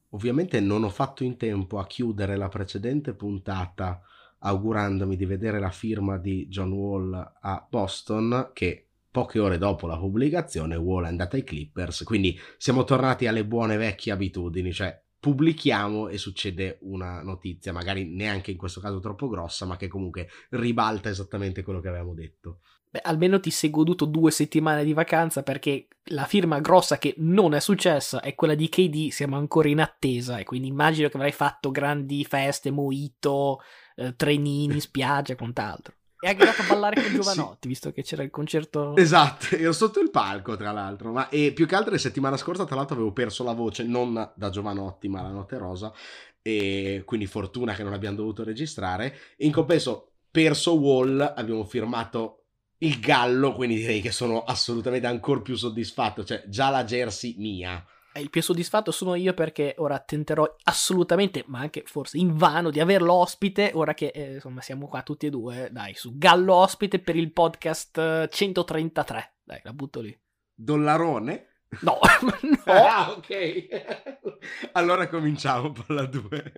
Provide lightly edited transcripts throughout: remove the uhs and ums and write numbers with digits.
Ovviamente non ho fatto in tempo a chiudere la precedente puntata augurandomi di vedere la firma di John Wall a Boston, che poche ore dopo la pubblicazione Wall è andata ai Clippers, quindi siamo tornati alle buone vecchie abitudini, cioè pubblichiamo e succede una notizia, magari neanche in questo caso troppo grossa, ma che comunque ribalta esattamente quello che avevamo detto. Beh, almeno ti sei goduto 2 settimane di vacanza, perché la firma grossa che non è successa è quella di KD, siamo ancora in attesa, e quindi immagino che avrai fatto grandi feste, mojito, trenini, spiaggia e quant'altro. E anche andato a ballare con Sì, Giovanotti, visto che c'era il concerto. esatto, ero sotto il palco tra l'altro, ma e più che altro la settimana scorsa tra l'altro avevo perso la voce, non da Giovanotti ma la Notte Rosa, e quindi fortuna che non abbiamo dovuto registrare. In compenso perso Wall, abbiamo firmato il Gallo, quindi direi che sono assolutamente ancora più soddisfatto, cioè già la jersey mia. Il più soddisfatto sono io, perché ora tenterò assolutamente, ma anche forse invano, di averlo ospite, ora che insomma siamo qua tutti e due, dai, su Gallo ospite per il podcast 133, dai, la butto lì. Dollarone? No, no. Ah, ok. Allora cominciamo, palla 2.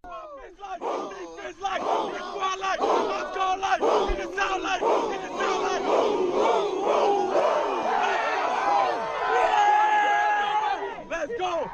Let's go!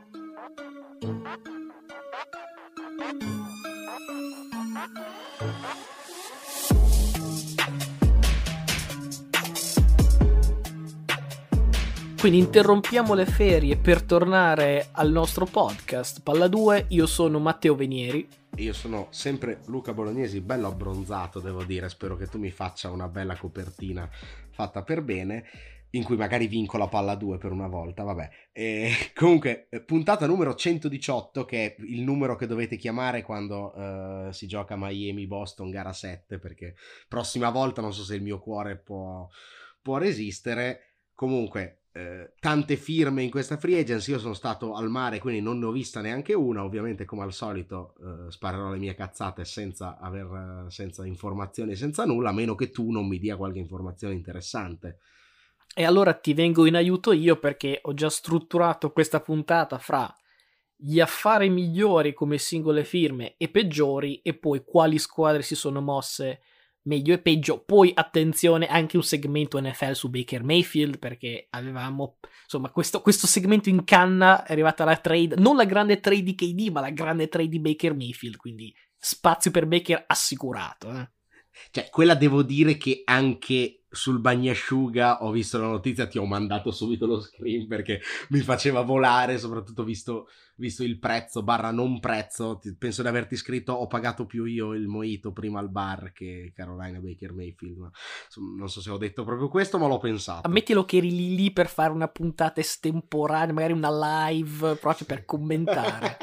Quindi interrompiamo le ferie per tornare al nostro podcast Palla 2. Io sono Matteo Venieri. Io sono sempre Luca Bolognesi, bello abbronzato, devo dire. Spero che tu mi faccia una bella copertina fatta per bene, in cui magari vinco la palla 2 per una volta. Vabbè, comunque, puntata numero 118, che è il numero che dovete chiamare quando si gioca Miami-Boston gara 7, perché prossima volta non so se il mio cuore può resistere. Comunque, tante firme in questa free agency. Io sono stato al mare, quindi non ne ho vista neanche una. Ovviamente, come al solito, sparerò le mie cazzate senza informazioni, senza nulla, a meno che tu non mi dia qualche informazione interessante. E allora ti vengo in aiuto io, perché ho già strutturato questa puntata fra gli affari migliori come singole firme e peggiori, e poi quali squadre si sono mosse meglio e peggio. Poi attenzione, anche un segmento NFL su Baker Mayfield, perché avevamo insomma questo segmento in canna. È arrivata la trade, non la grande trade di KD, ma la grande trade di Baker Mayfield, quindi spazio per Baker assicurato, eh. Cioè, quella devo dire che anche sul bagnasciuga ho visto la notizia, ti ho mandato subito lo screen perché mi faceva volare, soprattutto visto il prezzo barra non prezzo. Penso di averti scritto: ho pagato più io il mojito prima al bar che Carolina Baker Mayfield. Ma, insomma, non so se ho detto proprio questo, ma l'ho pensato. Ammettilo che eri lì per fare una puntata estemporanea, magari una live, proprio per commentare.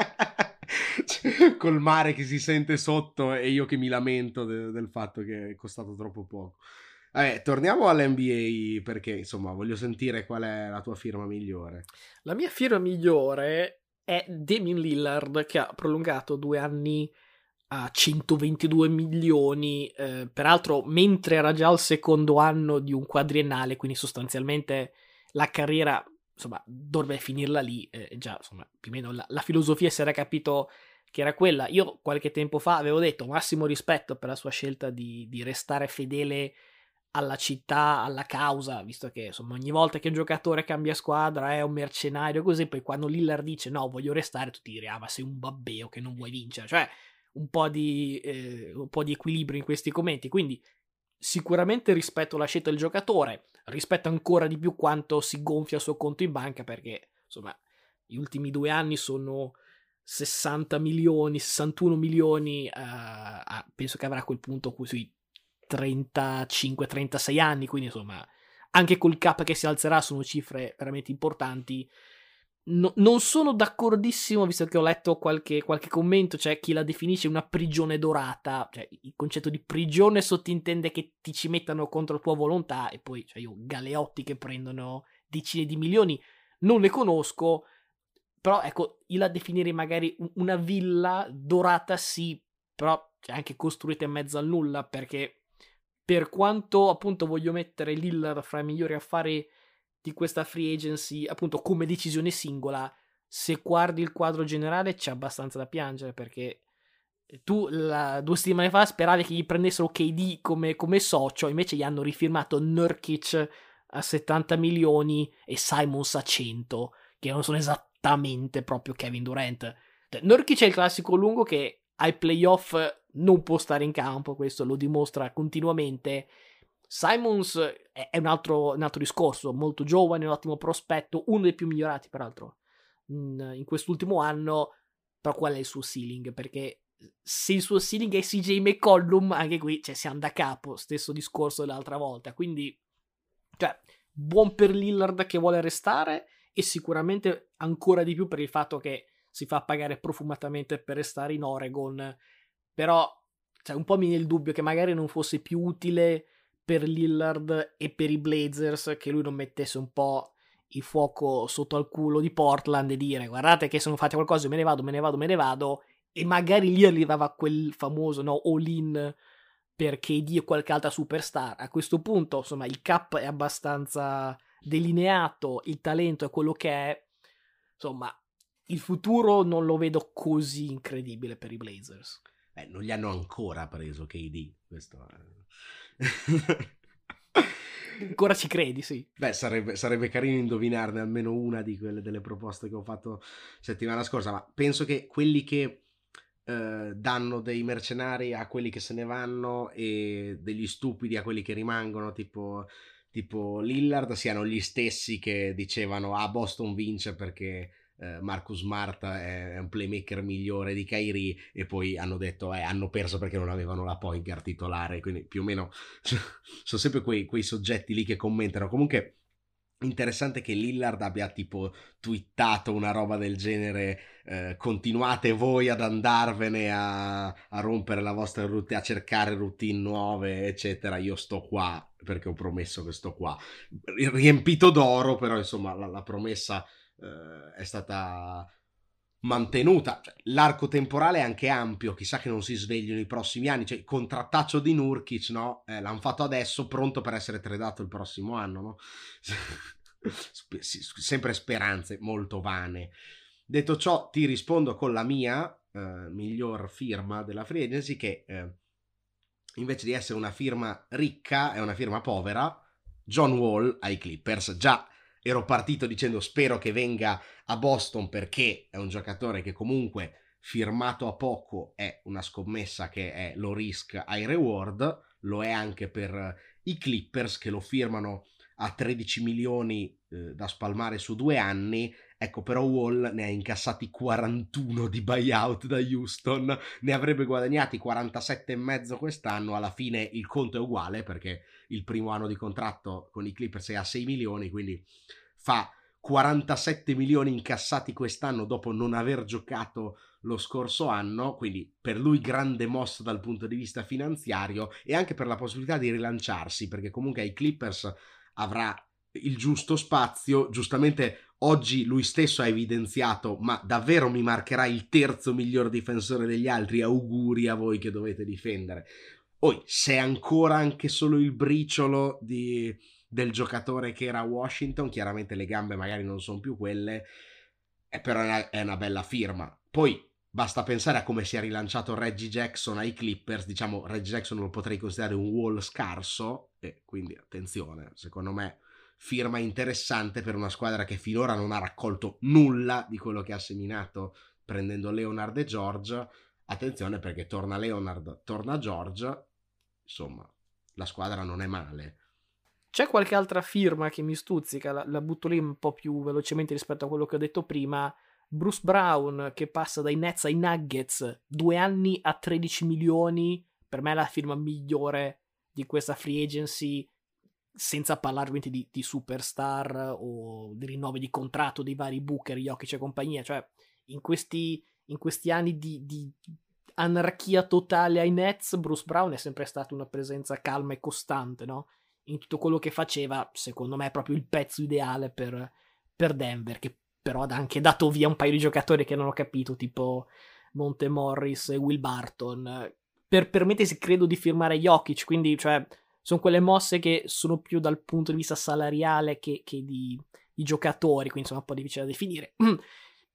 Col mare che si sente sotto e io che mi lamento del fatto che è costato troppo poco. Vabbè, torniamo all'NBA, perché insomma voglio sentire qual è la tua firma migliore. La mia firma migliore è Damian Lillard, che ha prolungato 2 anni a 122 milioni, peraltro mentre era già al secondo anno di un quadriennale, quindi sostanzialmente la carriera, insomma, dovrebbe finirla lì. Già, insomma, più o meno la filosofia si era capito che era quella. Io qualche tempo fa avevo detto massimo rispetto per la sua scelta di restare fedele alla città, alla causa, visto che insomma ogni volta che un giocatore cambia squadra è un mercenario, così. Poi quando Lillard dice no, voglio restare, tutti direi ah, ma sei un babbeo che non vuoi vincere, cioè un po' di equilibrio in questi commenti. Quindi sicuramente rispetto alla scelta del giocatore, rispetto ancora di più quanto si gonfia il suo conto in banca, perché insomma gli ultimi 2 anni sono 60 milioni, 61 milioni, penso che avrà a quel punto sui 35-36 anni, quindi insomma anche col cap che si alzerà sono cifre veramente importanti. Non sono d'accordissimo, visto che ho letto qualche commento, cioè chi la definisce una prigione dorata, cioè il concetto di prigione sottintende che ti ci mettano contro la tua volontà, e poi cioè io galeotti che prendono decine di milioni non ne conosco. Però ecco, io la definirei magari una villa dorata, sì, però cioè, anche costruita in mezzo al nulla, perché per quanto appunto voglio mettere Lillard fra i migliori affari di questa free agency, appunto come decisione singola, se guardi il quadro generale c'è abbastanza da piangere, perché tu 2 settimane fa speravi che gli prendessero KD come socio, invece gli hanno rifirmato Nurkic a 70 milioni e Simons a 100, che non sono esattamente proprio Kevin Durant. Nurkic è il classico lungo che ai playoff non può stare in campo, questo lo dimostra continuamente. Simons è un altro discorso, molto giovane, un ottimo prospetto, uno dei più migliorati peraltro in quest'ultimo anno. Però qual è il suo ceiling? Perché se il suo ceiling è CJ McCollum, anche qui siamo da capo, stesso discorso dell'altra volta. Quindi buon per Lillard che vuole restare, e sicuramente ancora di più per il fatto che si fa pagare profumatamente per restare in Oregon. Però un po' mi viene il dubbio che magari non fosse più utile per Lillard e per i Blazers che lui non mettesse un po' il fuoco sotto al culo di Portland e dire guardate che se non fate qualcosa me ne vado, e magari lì arrivava quel famoso all-in per KD e qualche altra superstar. A questo punto insomma il cap è abbastanza delineato, il talento è quello che è, insomma il futuro non lo vedo così incredibile per i Blazers. Non gli hanno ancora preso KD, questo Ancora ci credi, sì. Beh, sarebbe carino indovinarne almeno una di quelle delle proposte che ho fatto settimana scorsa, ma penso che quelli che danno dei mercenari a quelli che se ne vanno e degli stupidi a quelli che rimangono, tipo Lillard, siano gli stessi che dicevano Boston vince perché Marcus Smart è un playmaker migliore di Kyrie, e poi hanno detto hanno perso perché non avevano la point guard titolare, quindi più o meno sono sempre quei soggetti lì che commentano. Comunque interessante che Lillard abbia tipo twittato una roba del genere, continuate voi ad andarvene a rompere la vostra routine, a cercare routine nuove eccetera, io sto qua perché ho promesso che sto qua, riempito d'oro, però insomma la promessa è stata mantenuta. L'arco temporale è anche ampio, chissà che non si sveglino i prossimi anni, il contrattaccio di Nurkic, no? L'hanno fatto adesso, pronto per essere tradato il prossimo anno, no? Sempre speranze molto vane. Detto ciò, ti rispondo con la mia miglior firma della free agency, che invece di essere una firma ricca è una firma povera. John Wall ai Clippers. Già ero partito dicendo spero che venga a Boston perché è un giocatore che comunque firmato a poco è una scommessa che è low risk high reward. Lo è anche per i Clippers che lo firmano a 13 milioni da spalmare su 2 anni. Ecco, però Wall ne ha incassati 41 di buyout da Houston, ne avrebbe guadagnati 47,5 quest'anno. Alla fine il conto è uguale perché il primo anno di contratto con i Clippers è a 6 milioni, quindi fa 47 milioni incassati quest'anno dopo non aver giocato lo scorso anno, quindi per lui grande mossa dal punto di vista finanziario e anche per la possibilità di rilanciarsi, perché comunque ai Clippers avrà il giusto spazio. Giustamente oggi lui stesso ha evidenziato ma davvero mi marcherà il terzo miglior difensore degli altri, auguri a voi che dovete difendere. Poi se è ancora anche solo il briciolo del giocatore che era a Washington, chiaramente le gambe magari non sono più quelle, però è una bella firma. Poi basta pensare a come si è rilanciato Reggie Jackson ai Clippers. Diciamo Reggie Jackson lo potrei considerare un Wall scarso, e quindi attenzione, secondo me firma interessante per una squadra che finora non ha raccolto nulla di quello che ha seminato prendendo Leonard e George. Attenzione perché torna Leonard, torna George, insomma la squadra non è male. C'è qualche altra firma che mi stuzzica, la butto lì un po' più velocemente rispetto a quello che ho detto prima. Bruce Brown che passa dai Nets ai Nuggets, 2 anni a 13 milioni, per me è la firma migliore di questa free agency, senza parlare di superstar o di rinnovi di contratto dei vari Booker, Jokic e compagnia. Cioè in questi anni di anarchia totale ai Nets, Bruce Brown è sempre stato una presenza calma e costante, no? In tutto quello che faceva, secondo me è proprio il pezzo ideale per Denver, che però ha anche dato via un paio di giocatori che non ho capito, tipo Monte Morris e Will Barton, per permettersi credo di firmare Jokic. Quindi sono quelle mosse che sono più dal punto di vista salariale che di giocatori, quindi sono un po' difficile da definire.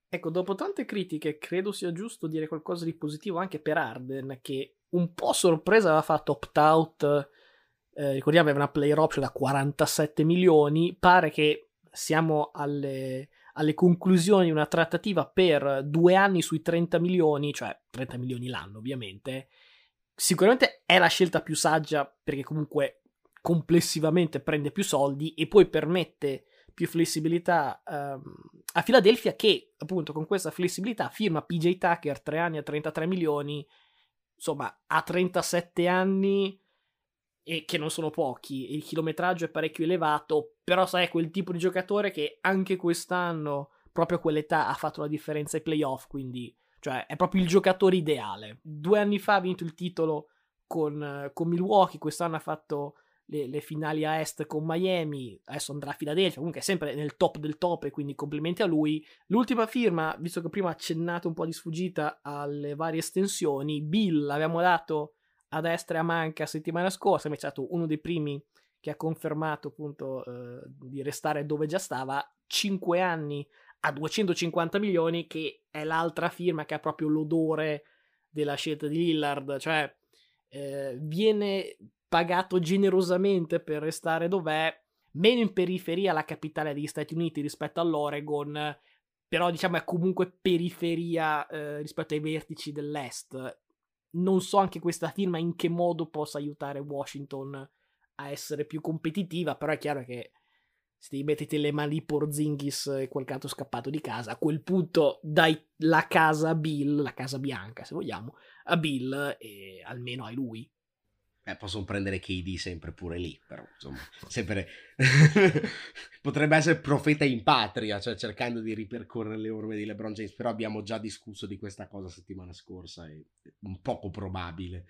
Ecco, dopo tante critiche, credo sia giusto dire qualcosa di positivo anche per Harden, che un po' sorpresa aveva fatto opt-out, ricordiamo aveva una player option da 47 milioni, pare che siamo alle conclusioni di una trattativa per 2 anni sui 30 milioni, cioè 30 milioni l'anno ovviamente. Sicuramente è la scelta più saggia perché comunque complessivamente prende più soldi e poi permette più flessibilità a Philadelphia, che appunto con questa flessibilità firma PJ Tucker 3 anni a 33 milioni, insomma a 37 anni, e che non sono pochi, il chilometraggio è parecchio elevato, però sai, è quel tipo di giocatore che anche quest'anno proprio a quell'età ha fatto la differenza ai playoff, quindi cioè è proprio il giocatore ideale. 2 anni fa ha vinto il titolo con Milwaukee, quest'anno ha fatto le finali a est con Miami, adesso andrà a Philadelphia, comunque è sempre nel top del top e quindi complimenti a lui. L'ultima firma, visto che prima ha accennato un po' di sfuggita alle varie estensioni, Bill l'abbiamo dato a destra e a manca settimana scorsa, invece è stato uno dei primi che ha confermato appunto di restare dove già stava, 5 anni a 250 milioni, che è l'altra firma che ha proprio l'odore della scelta di Lillard, cioè viene pagato generosamente per restare dov'è, meno in periferia alla capitale degli Stati Uniti rispetto all'Oregon, però diciamo è comunque periferia rispetto ai vertici dell'est. Non so anche questa firma in che modo possa aiutare Washington a essere più competitiva, però è chiaro che se ti mettete le mani Porzingis e quel gatto scappato di casa, a quel punto dai la casa a Bill, la casa bianca se vogliamo, a Bill e almeno hai lui. Possono prendere KD sempre pure lì, però insomma, sempre potrebbe essere profeta in patria, cioè cercando di ripercorrere le orme di LeBron James, però abbiamo già discusso di questa cosa settimana scorsa, è un poco probabile.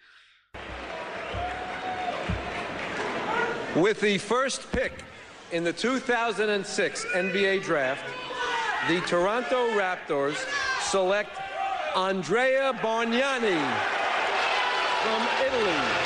With the first pick in the 2006 NBA draft, the Toronto Raptors select Andrea Bargnani from Italy.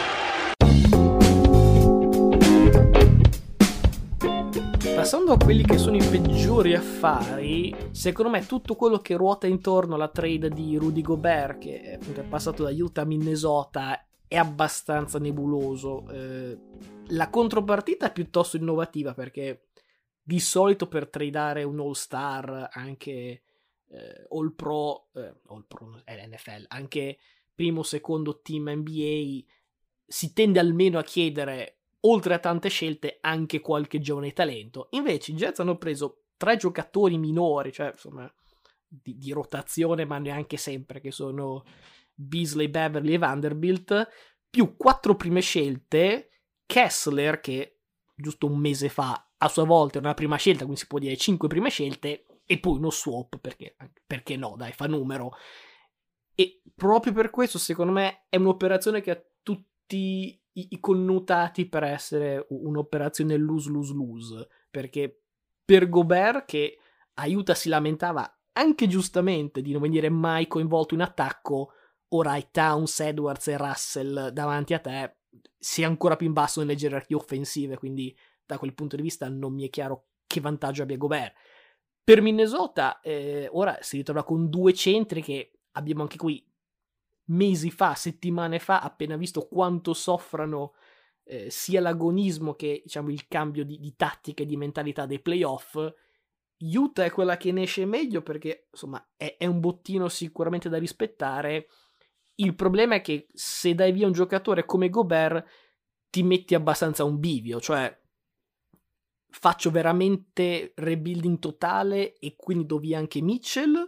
Passando a quelli che sono i peggiori affari, secondo me tutto quello che ruota intorno alla trade di Rudy Gobert, che appunto è passato da Utah a Minnesota, è abbastanza nebuloso. La contropartita è piuttosto innovativa, perché di solito per tradare un All-Star, anche All-Pro è l'NFL, anche primo, secondo team NBA, si tende almeno a chiedere, oltre a tante scelte, anche qualche giovane talento. Invece i Jets hanno preso 3 giocatori minori, cioè insomma di rotazione, ma neanche sempre, che sono Beasley, Beverly e Vanderbilt, più 4 prime scelte, Kessler, che giusto un mese fa a sua volta era una prima scelta, quindi si può dire 5 prime scelte, e poi uno swap, perché no, dai, fa numero. E proprio per questo secondo me è un'operazione che ha tutti i connotati per essere un'operazione lose-lose-lose, perché per Gobert, che aiuta, si lamentava anche giustamente di non venire mai coinvolto in attacco, ora hai Towns, Edwards e Russell davanti a te, sei ancora più in basso nelle gerarchie offensive, quindi da quel punto di vista non mi è chiaro che vantaggio abbia Gobert. Per Minnesota ora si ritrova con 2 centri che abbiamo anche qui mesi fa, settimane fa, appena visto quanto soffrano sia l'agonismo che diciamo il cambio di tattica e di mentalità dei playoff. Utah è quella che ne esce meglio perché insomma è un bottino sicuramente da rispettare. Il problema è che se dai via un giocatore come Gobert ti metti abbastanza a un bivio, cioè faccio veramente rebuilding totale e quindi do via anche Mitchell,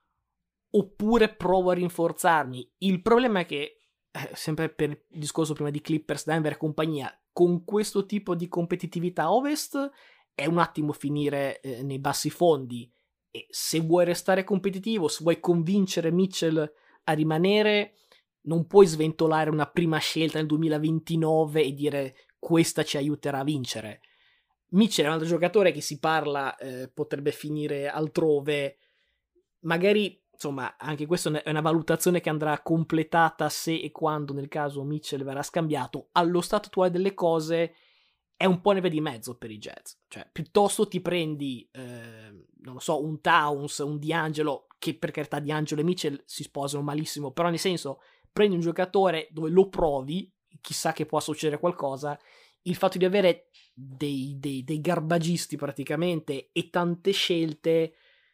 oppure provo a rinforzarmi. Il problema è che, sempre per il discorso prima di Clippers, Denver e compagnia, con questo tipo di competitività a Ovest è un attimo finire nei bassi fondi, e se vuoi restare competitivo, se vuoi convincere Mitchell a rimanere, non puoi sventolare una prima scelta nel 2029 e dire questa ci aiuterà a vincere. Mitchell è un altro giocatore che si parla potrebbe finire altrove, magari. Insomma, anche questa è una valutazione che andrà completata se e quando, nel caso, Mitchell verrà scambiato. Allo stato attuale delle cose, è un po' neve di mezzo per i Jazz. Cioè, piuttosto ti prendi, non lo so, un Towns, un D'Angelo, che per carità D'Angelo e Mitchell si sposano malissimo, però nel senso, prendi un giocatore dove lo provi, chissà che possa succedere qualcosa. Il fatto di avere dei garbagisti praticamente e tante scelte,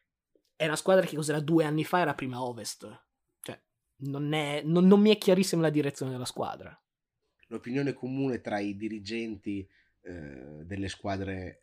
è una squadra che cos'era 2 anni fa era prima Ovest. Cioè, non mi è chiarissima la direzione della squadra. L'opinione comune tra i dirigenti delle squadre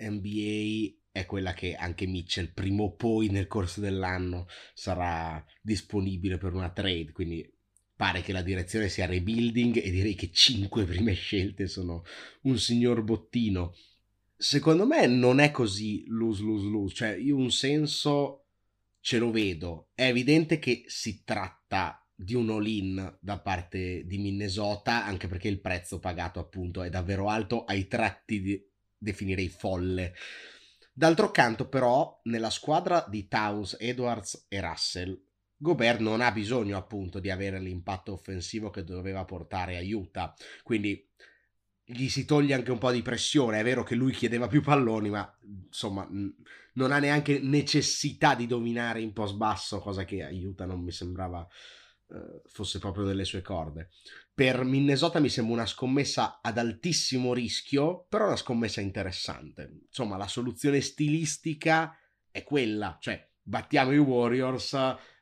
NBA è quella che anche Mitchell prima o poi nel corso dell'anno sarà disponibile per una trade, quindi pare che la direzione sia rebuilding e direi che 5 prime scelte sono un signor bottino. Secondo me non è così lose, cioè io un senso ce lo vedo. È evidente che si tratta di un all-in da parte di Minnesota, anche perché il prezzo pagato appunto è davvero alto, ai tratti definirei folle. D'altro canto però nella squadra di Towns, Edwards e Russell Gobert non ha bisogno appunto di avere l'impatto offensivo che doveva portare a Utah, quindi gli si toglie anche un po' di pressione. È vero che lui chiedeva più palloni, ma insomma non ha neanche necessità di dominare in post basso, cosa che a Utah non mi sembrava fosse proprio nelle sue corde. Per Minnesota mi sembra una scommessa ad altissimo rischio, però una scommessa interessante. Insomma, la soluzione stilistica è quella, cioè battiamo i Warriors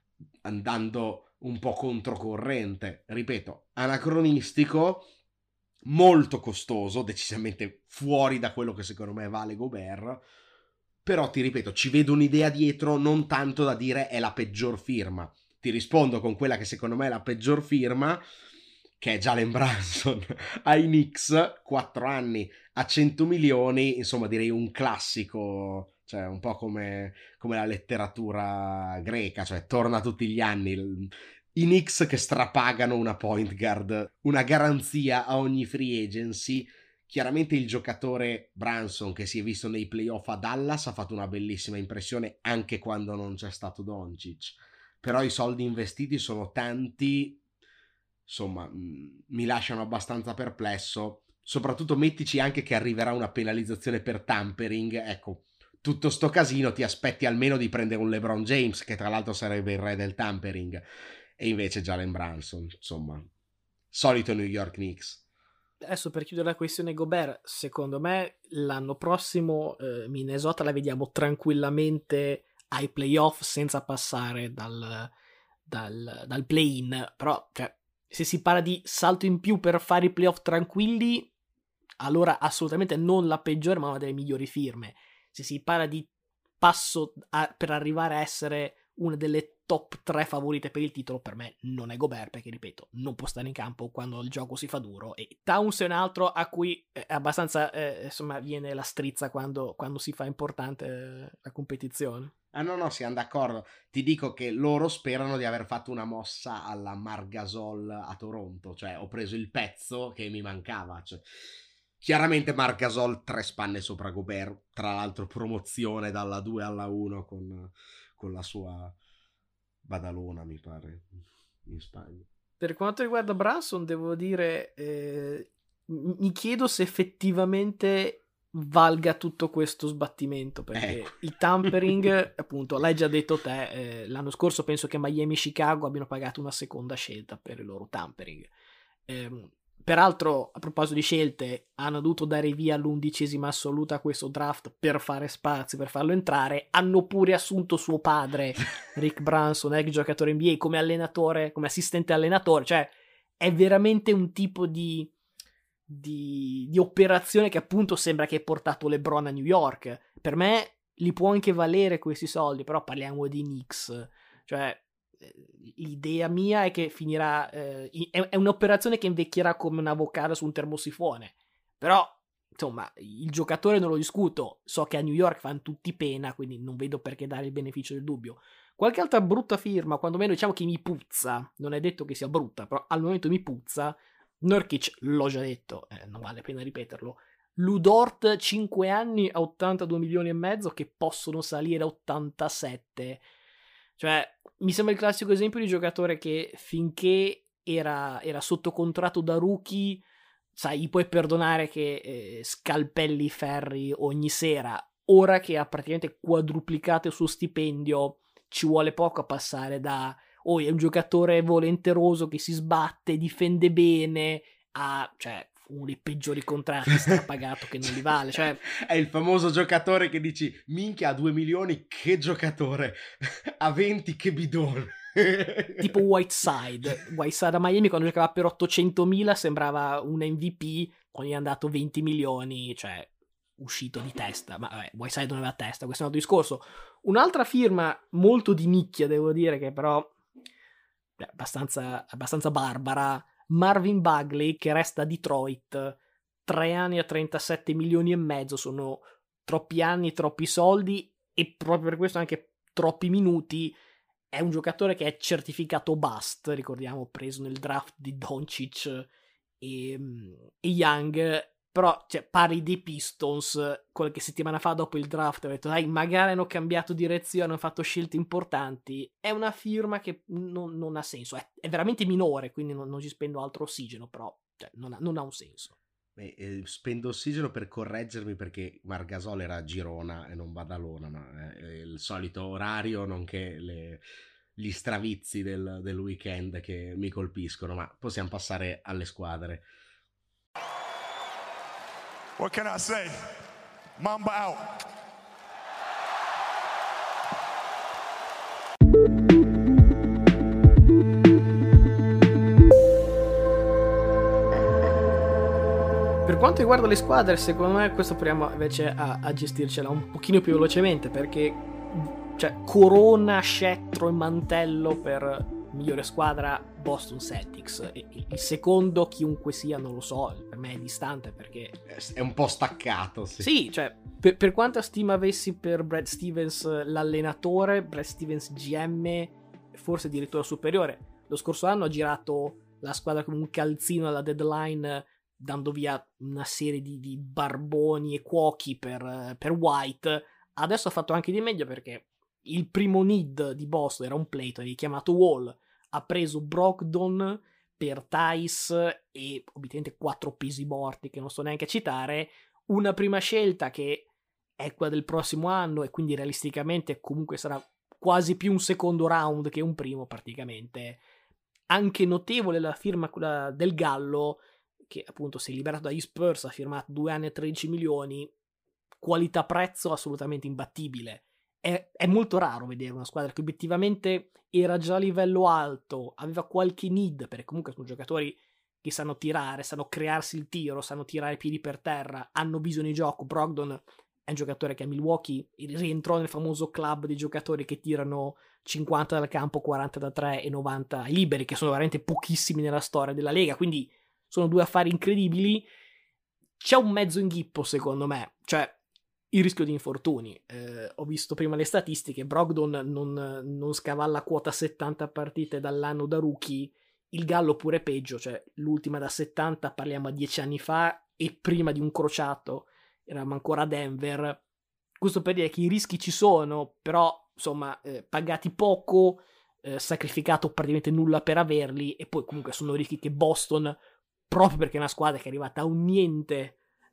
andando un po' controcorrente, ripeto, anacronistico, molto costoso, decisamente fuori da quello che secondo me vale Gobert, però ti ripeto, ci vedo un'idea dietro, non tanto da dire è la peggior firma. Ti rispondo con quella che secondo me è la peggior firma, che è Jalen Brunson ai Knicks, 4 anni a 100 milioni, insomma direi un classico, cioè un po' come la letteratura greca, cioè torna tutti gli anni. I Knicks che strapagano una point guard, una garanzia a ogni free agency. Chiaramente il giocatore Brunson, che si è visto nei playoff a Dallas, ha fatto una bellissima impressione anche quando non c'è stato Doncic, però i soldi investiti sono tanti, insomma mi lasciano abbastanza perplesso. Soprattutto mettici anche che arriverà una penalizzazione per tampering, ecco, tutto sto casino ti aspetti almeno di prendere un LeBron James, che tra l'altro sarebbe il re del tampering, e invece Jalen Brunson, insomma, solito New York Knicks. Adesso per chiudere la questione Gobert, secondo me l'anno prossimo Minnesota la vediamo tranquillamente ai playoff senza passare dal play-in, però cioè, se si parla di salto in più per fare i playoff tranquilli, allora assolutamente non la peggiore ma una delle migliori firme. Se si parla di passo per arrivare a essere una delle top 3 favorite per il titolo, per me non è Gobert, perché ripeto, non può stare in campo quando il gioco si fa duro, e Towns è un altro a cui abbastanza insomma viene la strizza quando si fa importante la competizione. Ah no, siamo d'accordo. Ti dico che loro sperano di aver fatto una mossa alla Marc Gasol a Toronto, cioè ho preso il pezzo che mi mancava, cioè chiaramente Marc Gasol 3 spanne sopra Gobert, tra l'altro promozione dalla 2 alla 1 con la sua Badalona, mi pare, in Spagna. Per quanto riguarda Brunson, devo dire, mi chiedo se effettivamente valga tutto questo sbattimento, perché il tampering, appunto, l'hai già detto te, l'anno scorso penso che Miami e Chicago abbiano pagato una seconda scelta per il loro tampering. Peraltro, a proposito di scelte, hanno dovuto dare via l'11ª assoluta a questo draft per fare spazio, per farlo entrare. Hanno pure assunto suo padre, Rick Brunson, ex giocatore NBA, come allenatore, come assistente allenatore. Cioè, è veramente un tipo di operazione che appunto sembra che hai portato LeBron a New York. Per me li può anche valere questi soldi, però parliamo di Knicks. Cioè, l'idea mia è che finirà è un'operazione che invecchierà come un avocado su un termosifone, però insomma il giocatore non lo discuto, so che a New York fanno tutti pena, quindi non vedo perché dare il beneficio del dubbio. Qualche altra brutta firma, quando meno diciamo che mi puzza, non è detto che sia brutta, però al momento mi puzza. Nurkic, l'ho già detto, non vale la pena ripeterlo. Lu Dort 5 anni a 82 milioni e mezzo che possono salire a 87. Cioè, mi sembra il classico esempio di giocatore che finché era sotto contratto da rookie sai, gli puoi perdonare che scalpelli i ferri ogni sera. Ora che ha praticamente quadruplicato il suo stipendio, ci vuole poco a passare da è un giocatore volenteroso che si sbatte, difende bene, a cioè uno dei peggiori contratti strapagato che non li vale. Cioè, è il famoso giocatore che dici, minchia, a 2 milioni, che giocatore, a 20 che bidone. Tipo Whiteside a Miami, quando giocava per 800.000 sembrava un MVP, quando gli hanno dato 20 milioni, cioè uscito di testa. Ma vabbè, Whiteside non aveva testa, questo è un altro discorso. Un'altra firma molto di nicchia, devo dire, che però è abbastanza barbara, Marvin Bagley, che resta a Detroit, 3 anni a 37 milioni e mezzo, sono troppi anni, troppi soldi, e proprio per questo anche troppi minuti. È un giocatore che è certificato bust, ricordiamo, preso nel draft di Doncic e Young, però cioè, parli dei Pistons, qualche settimana fa dopo il draft ho detto, dai, magari hanno cambiato direzione, hanno fatto scelte importanti. È una firma che non ha senso, è veramente minore, quindi non ci spendo altro ossigeno, però cioè, non ha un senso. Spendo ossigeno per correggermi, perché Margasol era a Girona e non Badalona, ma è il solito orario, nonché gli stravizi del weekend che mi colpiscono, ma possiamo passare alle squadre. What can I say? Mamba out. Per quanto riguarda le squadre, secondo me questo proviamo invece a gestircela un pochino più velocemente, perché cioè corona, scettro e mantello per migliore squadra Boston Celtics, e il secondo, chiunque sia, non lo so, per me è distante, perché è un po' staccato. Sì, cioè per quanta stima avessi per Brad Stevens l'allenatore, Brad Stevens GM, forse addirittura superiore. Lo scorso anno ha girato la squadra come un calzino alla deadline, dando via una serie di barboni e cuochi per White. Adesso ha fatto anche di meglio, perché il primo need di Boston era un play, chiamato Wall, ha preso Brogdon per Tice e ovviamente 4 pesi morti che non sto neanche a citare, una prima scelta che è quella del prossimo anno, e quindi realisticamente comunque sarà quasi più un secondo round che un primo praticamente. Anche notevole la firma quella del Gallo, che appunto si è liberato dagli Spurs, ha firmato 2 anni e 13 milioni, qualità-prezzo assolutamente imbattibile. È molto raro vedere una squadra che obiettivamente era già a livello alto, aveva qualche need, perché comunque sono giocatori che sanno tirare, sanno crearsi il tiro, sanno tirare i piedi per terra, hanno visione di gioco. Brogdon è un giocatore che a Milwaukee rientrò nel famoso club di giocatori che tirano 50 dal campo, 40 da 3 e 90 ai liberi, che sono veramente pochissimi nella storia della Lega, quindi sono due affari incredibili. C'è un mezzo inghippo secondo me, cioè il rischio di infortuni. Ho visto prima le statistiche, Brogdon non scavalla quota 70 partite dall'anno da rookie, il Gallo pure peggio, cioè l'ultima da 70 parliamo a 10 anni fa, e prima di un crociato eravamo ancora a Denver. Questo per dire che i rischi ci sono, però insomma pagati poco, sacrificato praticamente nulla per averli, e poi comunque sono rischi che Boston, proprio perché è una squadra che è arrivata a un niente,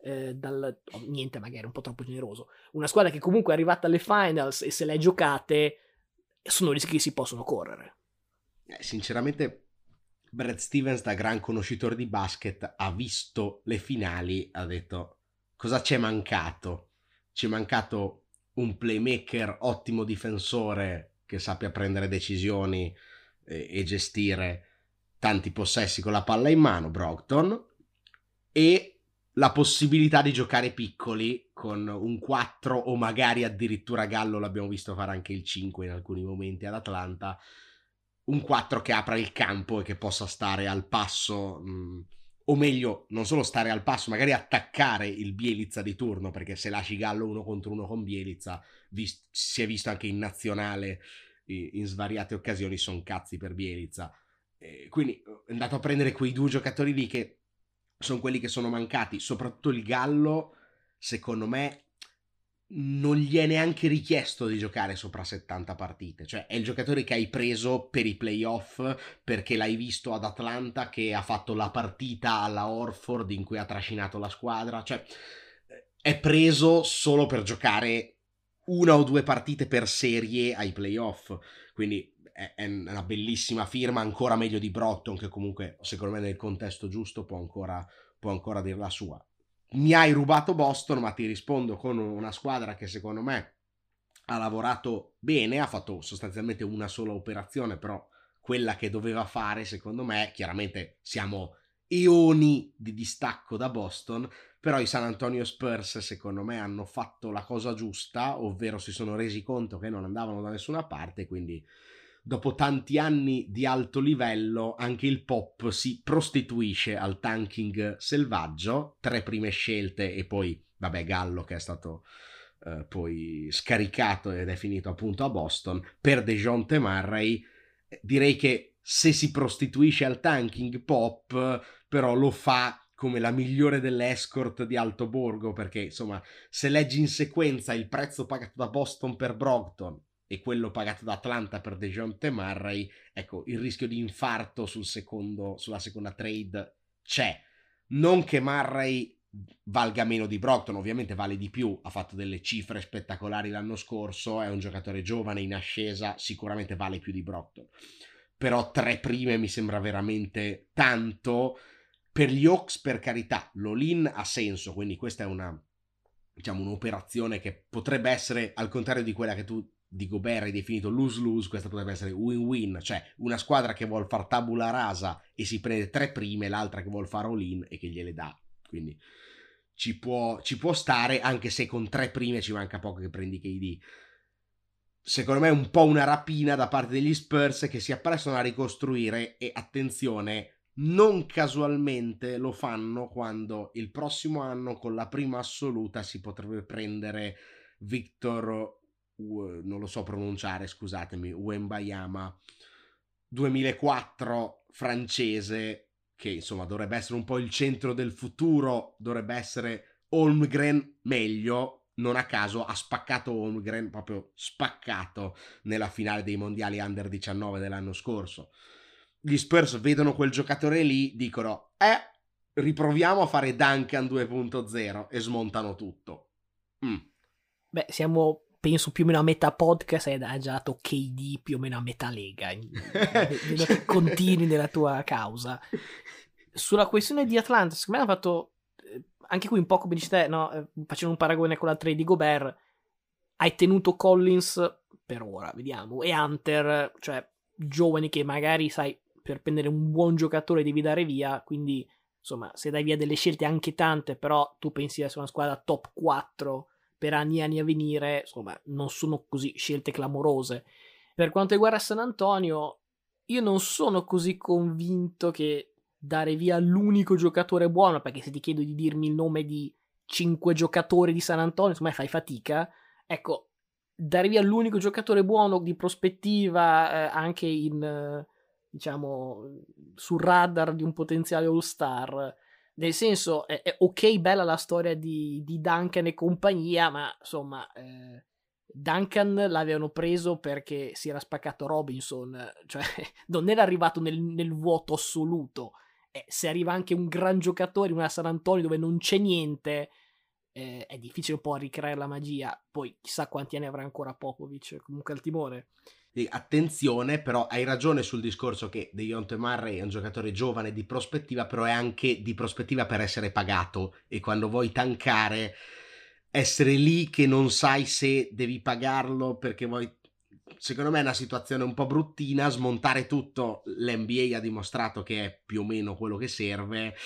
niente magari un po' troppo generoso, una squadra che comunque è arrivata alle finals e se le è giocate, sono rischi che si possono correre. Sinceramente Brad Stevens, da gran conoscitore di basket, ha visto le finali, ha detto cosa c'è mancato? Ci è mancato un playmaker, ottimo difensore che sappia prendere decisioni e gestire tanti possessi con la palla in mano, Brogdon, e la possibilità di giocare piccoli con un 4 o magari addirittura Gallo l'abbiamo visto fare anche il 5 in alcuni momenti ad Atlanta, un 4 che apra il campo e che possa stare al passo, o meglio non solo stare al passo, magari attaccare il Bjelica di turno, perché se lasci Gallo 1 contro 1 con Bjelica, si è visto anche in nazionale in svariate occasioni, sono cazzi per Bjelica. Quindi è andato a prendere quei 2 giocatori lì che sono quelli che sono mancati. Soprattutto il Gallo, secondo me, non gli è neanche richiesto di giocare sopra 70 partite, cioè è il giocatore che hai preso per i playoff perché l'hai visto ad Atlanta che ha fatto la partita alla Horford in cui ha trascinato la squadra, cioè è preso solo per giocare una o due partite per serie ai playoff, quindi è una bellissima firma, ancora meglio di Brogdon che comunque secondo me nel contesto giusto può ancora dire la sua. Mi hai rubato Boston, ma ti rispondo con una squadra che secondo me ha lavorato bene, ha fatto sostanzialmente una sola operazione, però quella che doveva fare, secondo me, chiaramente siamo eoni di distacco da Boston, però i San Antonio Spurs secondo me hanno fatto la cosa giusta, ovvero si sono resi conto che non andavano da nessuna parte, quindi dopo tanti anni di alto livello anche il Pop si prostituisce al tanking selvaggio, 3 prime scelte e poi vabbè Gallo che è stato poi scaricato ed è finito appunto a Boston per DeJounte Murray. Direi che se si prostituisce al tanking Pop però lo fa come la migliore delle escort di Alto Borgo, perché insomma se leggi in sequenza il prezzo pagato da Boston per Brogdon e quello pagato da Atlanta per DeJounte Murray, ecco, il rischio di infarto sulla seconda trade c'è. Non che Murray valga meno di Brogdon, ovviamente vale di più, ha fatto delle cifre spettacolari l'anno scorso, è un giocatore giovane in ascesa, sicuramente vale più di Brogdon, però 3 prime mi sembra veramente tanto. Per gli Hawks, per carità, l'all-in ha senso, quindi questa è un'operazione che potrebbe essere, al contrario di quella che tu di Gobert hai definito lose-lose, questa potrebbe essere win-win, cioè una squadra che vuol far tabula rasa e si prende 3 prime, l'altra che vuol fare all-in e che gliele dà, quindi ci può stare, anche se con 3 prime ci manca poco che prendi KD. Secondo me è un po' una rapina da parte degli Spurs che si apprestano a ricostruire e attenzione, non casualmente lo fanno quando il prossimo anno con la prima assoluta si potrebbe prendere Victor, non lo so pronunciare, scusatemi, Wembanyama, 2004 francese, che insomma dovrebbe essere un po' il centro del futuro, dovrebbe essere Holmgren meglio. Non a caso ha spaccato Holmgren, proprio spaccato nella finale dei mondiali under 19 dell'anno scorso. Gli Spurs vedono quel giocatore lì, dicono riproviamo a fare Duncan 2.0 e smontano tutto. Beh, siamo penso più o meno a metà podcast ed ha già dato KD più o meno a metà lega. Vedo che continui nella tua causa. Sulla questione di Atlanta, secondo me hanno fatto anche qui un po' come dici te, no? Facendo un paragone con la trade di Gobert, hai tenuto Collins per ora, vediamo, e Hunter, cioè giovani che magari, sai, per prendere un buon giocatore devi dare via, quindi insomma se dai via delle scelte anche tante, però tu pensi di essere una squadra top 4 per anni e anni a venire, insomma non sono così scelte clamorose. Per quanto riguarda San Antonio, io non sono così convinto che dare via l'unico giocatore buono, perché se ti chiedo di dirmi il nome di 5 giocatori di San Antonio, insomma fai fatica. Ecco, dare via l'unico giocatore buono di prospettiva, anche in diciamo sul radar di un potenziale all-star, nel senso è ok, bella la storia di Duncan e compagnia, ma insomma Duncan l'avevano preso perché si era spaccato Robinson, cioè non era arrivato nel vuoto assoluto. Se arriva anche un gran giocatore in una San Antonio dove non c'è niente, è difficile un po' ricreare la magia. Poi chissà quanti anni avrà ancora Popovic, comunque al timone. Attenzione, però hai ragione sul discorso che DeJounte Murray è un giocatore giovane di prospettiva, però è anche di prospettiva per essere pagato, e quando vuoi tankare essere lì che non sai se devi pagarlo perché vuoi, secondo me è una situazione un po' bruttina. Smontare tutto, l'NBA ha dimostrato che è più o meno quello che serve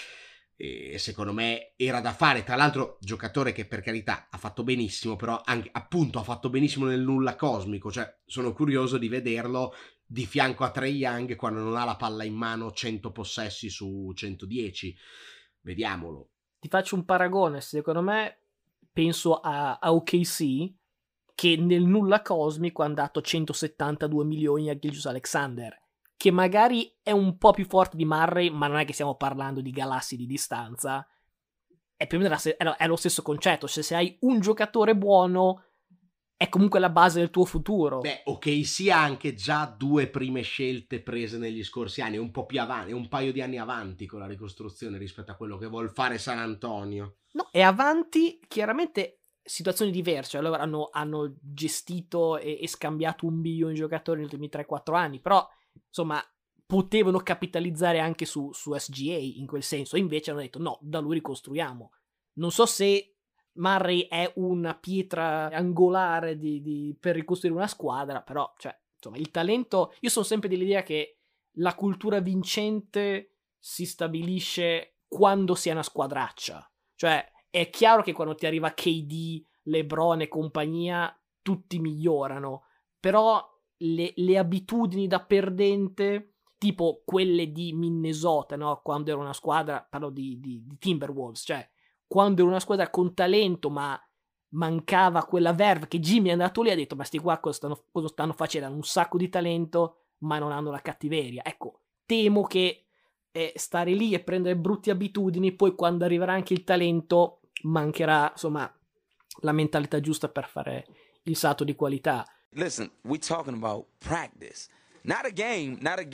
e secondo me era da fare. Tra l'altro giocatore che per carità ha fatto benissimo, però anche appunto ha fatto benissimo nel nulla cosmico, cioè sono curioso di vederlo di fianco a Trae Young quando non ha la palla in mano 100 possessi su 110. Vediamolo. Ti faccio un paragone, secondo me penso a OKC che nel nulla cosmico ha dato 172 milioni a Gilgeous Alexander, che magari è un po' più forte di Murray, ma non è che stiamo parlando di galassie di distanza. è più o meno è lo stesso concetto. Cioè, se hai un giocatore buono, è comunque la base del tuo futuro. Beh, ok, sia anche già 2 prime scelte prese negli scorsi anni, un po' più avanti, un paio di anni avanti con la ricostruzione rispetto a quello che vuol fare San Antonio. No, è avanti, chiaramente situazioni diverse. Allora hanno gestito e scambiato 1 milione di giocatori negli ultimi 3-4 anni, però insomma potevano capitalizzare anche su SGA in quel senso, invece hanno detto no, da lui ricostruiamo. Non so se Murray è una pietra angolare per ricostruire una squadra, però cioè, insomma, il talento, io sono sempre dell'idea che la cultura vincente si stabilisce quando si è una squadraccia. Cioè, è chiaro che quando ti arriva KD, LeBron e compagnia, tutti migliorano, però le abitudini da perdente, tipo quelle di Minnesota, no? Quando era una squadra, parlo di Timberwolves, cioè quando era una squadra con talento ma mancava quella verve, che Jimmy è andato lì e ha detto ma sti qua cosa stanno facendo? Hanno un sacco di talento ma non hanno la cattiveria. Ecco, temo che stare lì e prendere brutte abitudini, poi quando arriverà anche il talento mancherà insomma la mentalità giusta per fare il salto di qualità. Listen, we talking about practice. Not a game.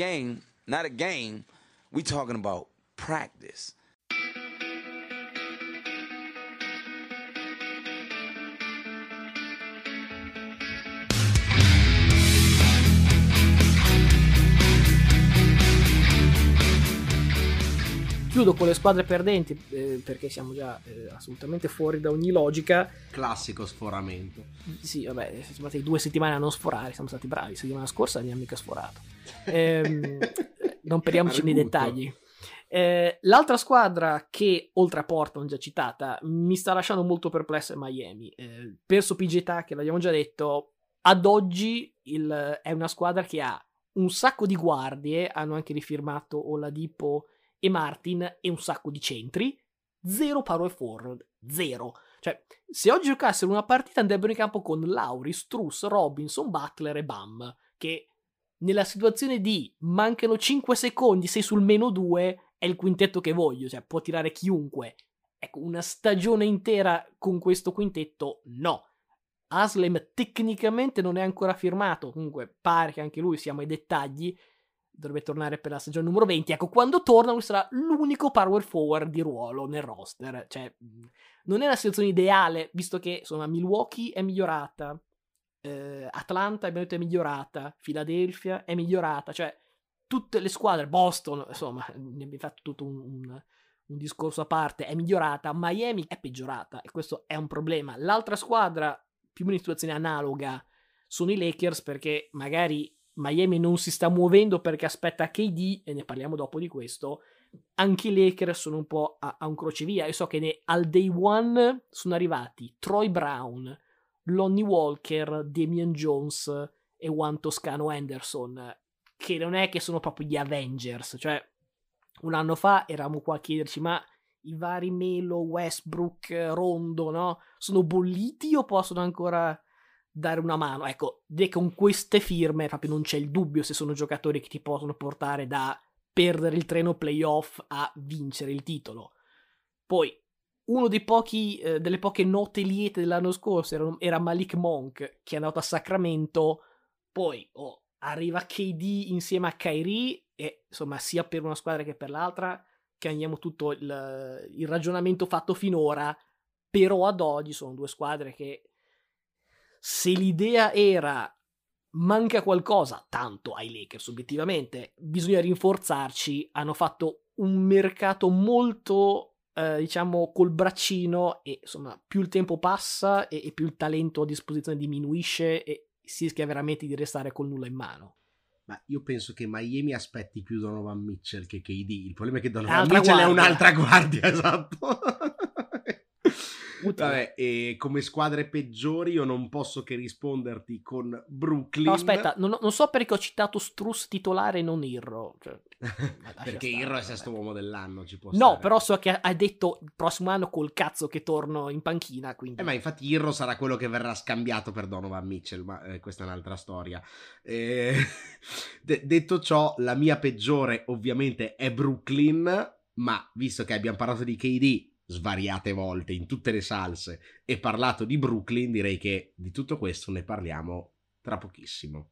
We talking about practice. Chiudo con le squadre perdenti perché siamo già assolutamente fuori da ogni logica. Classico sforamento. Sì, vabbè, siamo stati 2 settimane a non sforare, siamo stati bravi. Settimana scorsa non abbiamo mica sforato. Non perdiamoci nei dettagli. L'altra squadra che, oltre a Portland già citata, mi sta lasciando molto perplesso è Miami. Perso PJ Tucker, l'abbiamo già detto, ad oggi è una squadra che ha un sacco di guardie, hanno anche rifirmato Oladipo e Martin, e un sacco di centri, 0 power forward, 0. Cioè, se oggi giocassero una partita andrebbero in campo con Lowry, Strus, Robinson, Butler e Bam, che nella situazione di mancano 5 secondi, sei sul -2, è il quintetto che voglio, cioè può tirare chiunque. Ecco, una stagione intera con questo quintetto, no. Haslem tecnicamente non è ancora firmato, comunque pare che anche lui, siamo ai dettagli, dovrebbe tornare per la stagione numero 20. Ecco, quando torna lui sarà l'unico power forward di ruolo nel roster. Cioè, non è una situazione ideale, visto che insomma Milwaukee è migliorata, Atlanta è migliorata, Philadelphia è migliorata, cioè tutte le squadre, Boston, insomma, ne abbiamo fatto tutto un discorso a parte, è migliorata. Miami è peggiorata e questo è un problema. L'altra squadra più o meno in situazione analoga sono i Lakers, perché magari Miami non si sta muovendo perché aspetta KD, e ne parliamo dopo di questo. Anche i Lakers sono un po' a un crocevia. Io so che al day one sono arrivati Troy Brown, Lonnie Walker, Damian Jones e Juan Toscano Anderson, che non è che sono proprio gli Avengers. Cioè, un anno fa eravamo qua a chiederci ma i vari Melo, Westbrook, Rondo, no? Sono bolliti o possono ancora dare una mano? Ecco, con queste firme proprio non c'è il dubbio se sono giocatori che ti possono portare da perdere il treno playoff a vincere il titolo. Poi uno dei delle poche note liete dell'anno scorso era Malik Monk, che è andato a Sacramento. Poi arriva KD insieme a Kyrie, e insomma sia per una squadra che per l'altra cambiamo tutto il ragionamento fatto finora. Però ad oggi sono 2 squadre che, se l'idea era manca qualcosa, tanto ai Lakers obiettivamente, bisogna rinforzarci, hanno fatto un mercato molto diciamo col braccino, e insomma più il tempo passa e più il talento a disposizione diminuisce e si rischia veramente di restare col nulla in mano. Ma io penso che Miami aspetti più Donovan Mitchell che KD. Il problema è che Donovan Mitchell è un'altra guardia, esatto. Vabbè, e come squadre peggiori io non posso che risponderti con Brooklyn. No, aspetta, non so perché ho citato Strus titolare e non Irro. Cioè, perché Irro è sesto uomo dell'anno, ci può no, stare. però so che ha detto il prossimo anno col cazzo che torno in panchina, quindi. Ma infatti Irro sarà quello che verrà scambiato per Donovan Mitchell, ma questa è un'altra storia. Detto ciò, la mia peggiore ovviamente è Brooklyn, ma visto che abbiamo parlato di KD, svariate volte in tutte le salse e parlato di Brooklyn, direi che di tutto questo ne parliamo tra pochissimo.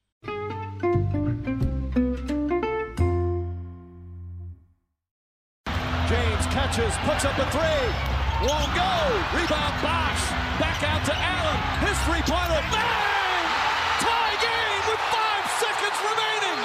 James catches, puts up a three. Won't go. Rebound Bosh. Back out to Allen. His three-pointer. Bang! Tie game with 5 seconds remaining.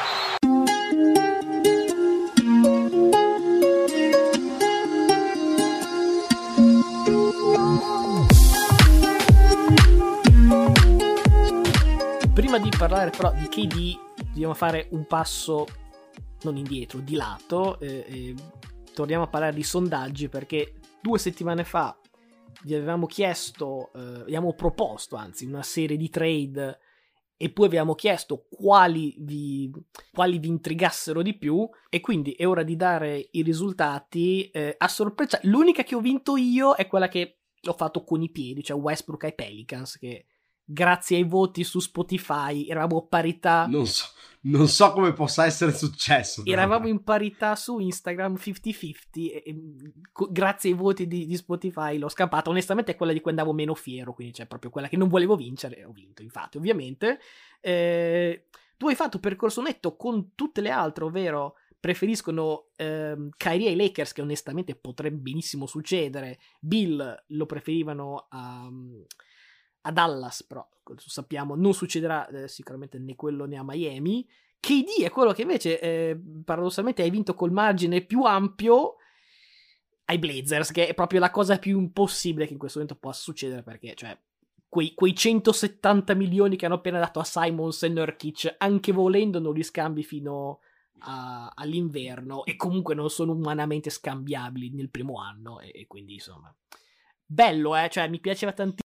Prima di parlare però di KD dobbiamo fare un passo non indietro, di lato, e torniamo a parlare di sondaggi, perché 2 settimane fa vi avevamo chiesto, abbiamo proposto anzi una serie di trade e poi abbiamo chiesto quali vi intrigassero di più, e quindi è ora di dare i risultati. A sorpresa, l'unica che ho vinto io è quella che ho fatto con i piedi, cioè Westbrook ai Pelicans, che grazie ai voti su Spotify eravamo a parità. Non so come possa essere successo. Eravamo in parità su Instagram 50-50 e grazie ai voti di Spotify l'ho scampata. Onestamente è quella di cui andavo meno fiero, quindi c'è proprio quella che non volevo vincere, ho vinto. Infatti, ovviamente. Tu hai fatto percorso netto con tutte le altre, ovvero preferiscono Kyrie ai Lakers, che onestamente potrebbe benissimo succedere. Bill lo preferivano a Dallas, però sappiamo non succederà sicuramente né quello né a Miami. KD è quello che invece paradossalmente hai vinto col margine più ampio ai Blazers, che è proprio la cosa più impossibile che in questo momento possa succedere, perché cioè quei 170 milioni che hanno appena dato a Simons e Nurkic, anche volendo non li scambi fino all'inverno, e comunque non sono umanamente scambiabili nel primo anno, e quindi insomma bello, cioè mi piaceva tantissimo.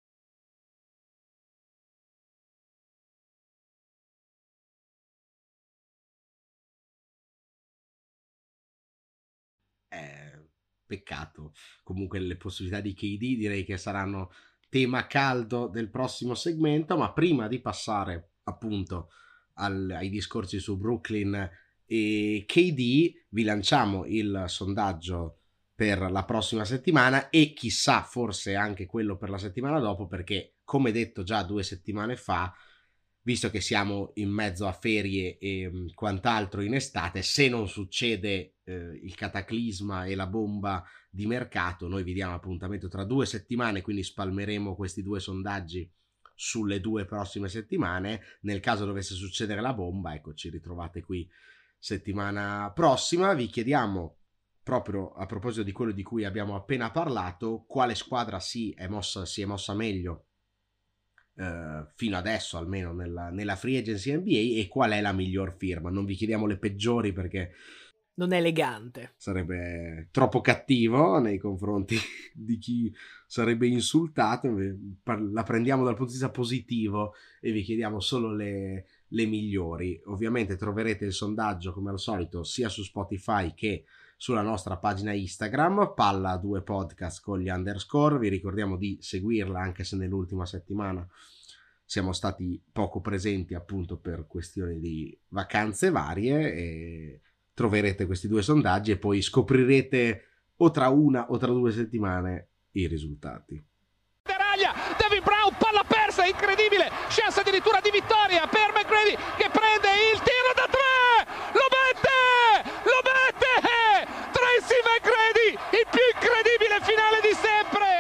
Peccato. Comunque le possibilità di KD direi che saranno tema caldo del prossimo segmento, ma prima di passare appunto ai discorsi su Brooklyn e KD vi lanciamo il sondaggio per la prossima settimana e chissà forse anche quello per la settimana dopo, perché come detto già 2 settimane fa, visto che siamo in mezzo a ferie e quant'altro in estate, se non succede il cataclisma e la bomba di mercato, noi vi diamo appuntamento tra 2 settimane, quindi spalmeremo questi 2 sondaggi sulle 2 prossime settimane. Nel caso dovesse succedere la bomba, ecco, ci ritrovate qui settimana prossima. Vi chiediamo, proprio a proposito di quello di cui abbiamo appena parlato, quale squadra si è mossa meglio fino adesso, almeno nella free agency NBA, e qual è la miglior firma. Non vi chiediamo le peggiori, perché non è elegante, sarebbe troppo cattivo nei confronti di chi sarebbe insultato. La prendiamo dal punto di vista positivo e vi chiediamo solo le migliori. Ovviamente troverete il sondaggio come al solito sia su Spotify che sulla nostra pagina Instagram, Palla2Podcast con gli underscore. Vi ricordiamo di seguirla, anche se nell'ultima settimana siamo stati poco presenti appunto per questioni di vacanze varie, e troverete questi 2 sondaggi e poi scoprirete o tra 1 o tra 2 settimane i risultati. David Brown, palla persa, incredibile, chance addirittura di vittoria per McGrady, che prende il tiro da 3, lo mette, Tracy McGrady, il più incredibile finale di sempre.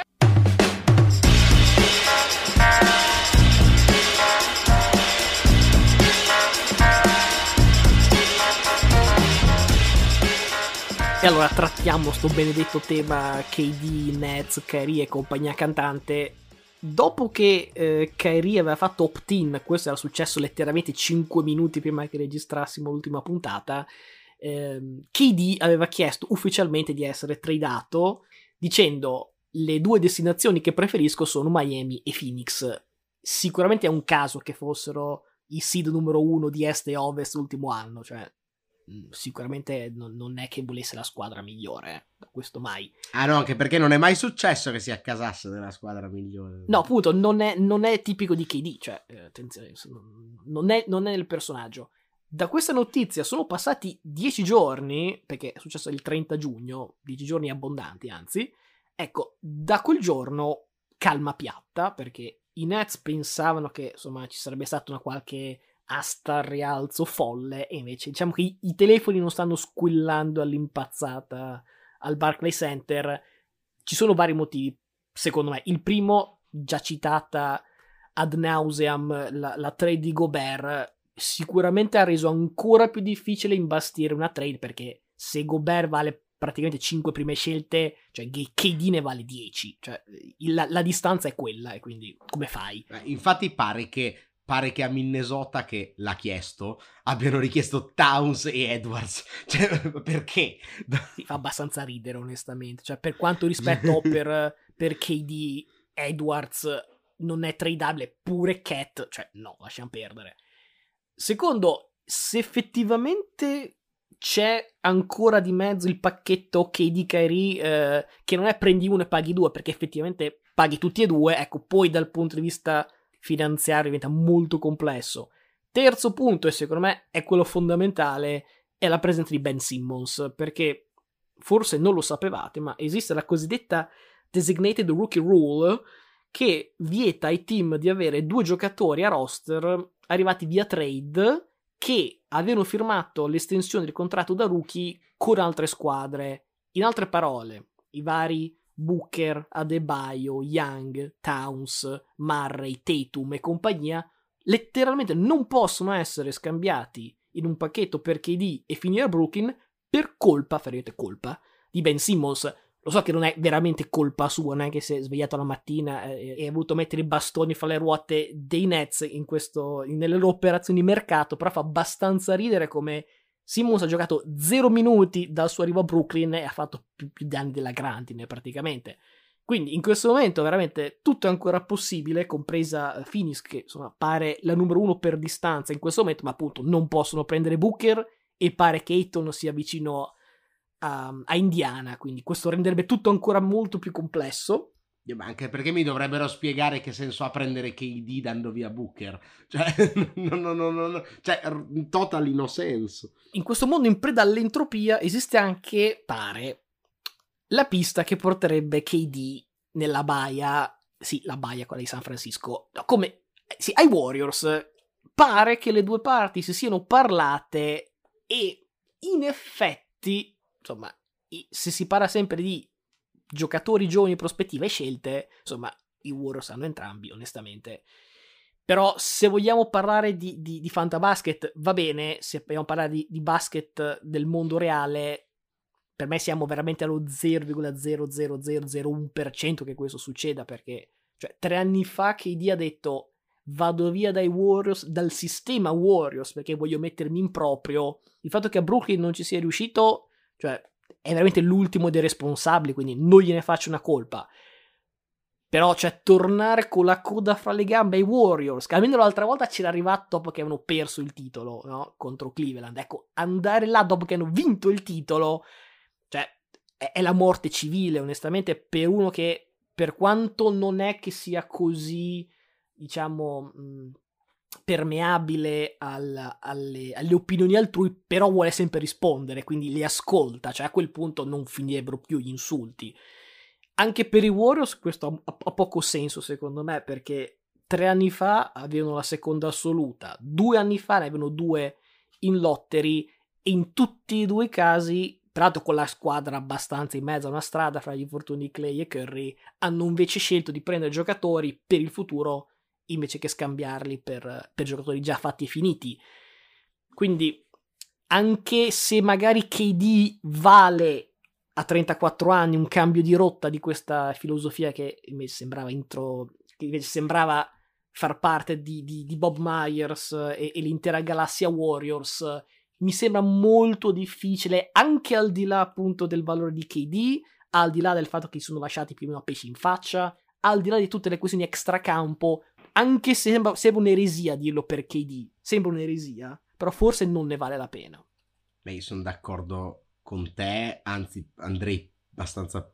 E allora trattiamo sto benedetto tema KD, Nets, Kyrie e compagnia cantante. Dopo che Kyrie aveva fatto opt-in, questo era successo letteralmente 5 minuti prima che registrassimo l'ultima puntata, KD aveva chiesto ufficialmente di essere tradato, dicendo: le 2 destinazioni che preferisco sono Miami e Phoenix. Sicuramente è un caso che fossero i seed numero 1 di est e ovest l'ultimo anno, cioè sicuramente non è che volesse la squadra migliore, questo mai. Ah no, anche perché non è mai successo che si accasasse della squadra migliore. No, appunto, non è tipico di KD, cioè attenzione, non è il personaggio. Da questa notizia sono passati 10 giorni, perché è successo il 30 giugno, 10 giorni abbondanti anzi. Ecco, da quel giorno calma piatta, perché i Nets pensavano che insomma ci sarebbe stata una qualche asta al rialzo folle, e invece diciamo che i telefoni non stanno squillando all'impazzata al Barclays Center. Ci sono vari motivi, secondo me. Il primo, già citata ad nauseam, la trade di Gobert, sicuramente ha reso ancora più difficile imbastire una trade, perché se Gobert vale praticamente 5 prime scelte, cioè KD ne vale 10, cioè la distanza è quella, e quindi come fai? Infatti pare che a Minnesota, che l'ha chiesto, abbiano richiesto Towns e Edwards. Cioè, perché? Sì, fa abbastanza ridere, onestamente. Cioè, per quanto rispetto ho per KD, Edwards non è tradable, pure Cat, cioè no, lasciamo perdere. Secondo, se effettivamente c'è ancora di mezzo il pacchetto KD Kyrie, che non è prendi uno e paghi due, perché effettivamente paghi tutti e due, ecco, poi dal punto di vista finanziario diventa molto complesso. Terzo punto, e secondo me è quello fondamentale, è la presenza di Ben Simmons, perché forse non lo sapevate, ma esiste la cosiddetta Designated Rookie Rule, che vieta ai team di avere 2 giocatori a roster arrivati via trade che avevano firmato l'estensione del contratto da rookie con altre squadre. In altre parole, i vari Booker, Adebayo, Young, Towns, Murray, Tatum e compagnia letteralmente non possono essere scambiati in un pacchetto per KD e finire a Brooklyn per colpa, farete colpa, di Ben Simmons. Lo so che non è veramente colpa sua, non è che si è svegliato la mattina e ha voluto mettere i bastoni fra le ruote dei Nets nelle loro operazioni di mercato, però fa abbastanza ridere come Simmons ha giocato 0 minuti dal suo arrivo a Brooklyn e ha fatto più danni della grandine praticamente. Quindi in questo momento veramente tutto è ancora possibile, compresa Phoenix, che insomma pare la numero 1 per distanza in questo momento, ma appunto non possono prendere Booker e pare che Ayton sia vicino a Indiana, quindi questo renderebbe tutto ancora molto più complesso. Ma anche perché mi dovrebbero spiegare che senso ha prendere KD dando via Booker, cioè no. Cioè totally no sense. In questo mondo in preda all'entropia esiste anche, pare, la pista che porterebbe KD nella baia, sì, la baia quella di San Francisco, no, come sì, ai Warriors. Pare che le due parti si siano parlate e in effetti, insomma, se si parla sempre di giocatori giovani, prospettive e scelte, insomma, i Warriors hanno entrambi, onestamente. Però se vogliamo parlare di fantabasket, va bene, se vogliamo parlare di basket del mondo reale, per me siamo veramente allo 0,00001% che questo succeda, perché cioè 3 anni fa KD ha detto vado via dai Warriors, dal sistema Warriors, perché voglio mettermi in proprio. Il fatto che a Brooklyn non ci sia riuscito, cioè è veramente l'ultimo dei responsabili, quindi non gliene faccio una colpa. Però, cioè, tornare con la coda fra le gambe ai Warriors, che almeno l'altra volta c'era arrivato dopo che avevano perso il titolo, no? Contro Cleveland. Ecco, andare là dopo che hanno vinto il titolo, cioè, è la morte civile, onestamente, per uno che, per quanto non è che sia così, diciamo, permeabile alle opinioni altrui, però vuole sempre rispondere, quindi li ascolta, cioè a quel punto non finirebbero più gli insulti. Anche per i Warriors questo ha poco senso secondo me, perché 3 anni fa avevano la seconda assoluta, 2 anni fa ne avevano 2 in lottery, e in tutti e 2 i casi, tra l'altro con la squadra abbastanza in mezzo a una strada fra gli infortuni di Clay e Curry, hanno invece scelto di prendere giocatori per il futuro invece che scambiarli per giocatori già fatti e finiti. Quindi anche se magari KD vale a 34 anni un cambio di rotta di questa filosofia che invece sembrava far parte di Bob Myers e l'intera galassia Warriors, mi sembra molto difficile, anche al di là appunto del valore di KD, al di là del fatto che si sono lasciati più o meno a pesci in faccia, al di là di tutte le questioni extracampo, anche se sembra un'eresia dirlo per KD, sembra un'eresia, però forse non ne vale la pena. Beh, sono d'accordo con te, anzi andrei abbastanza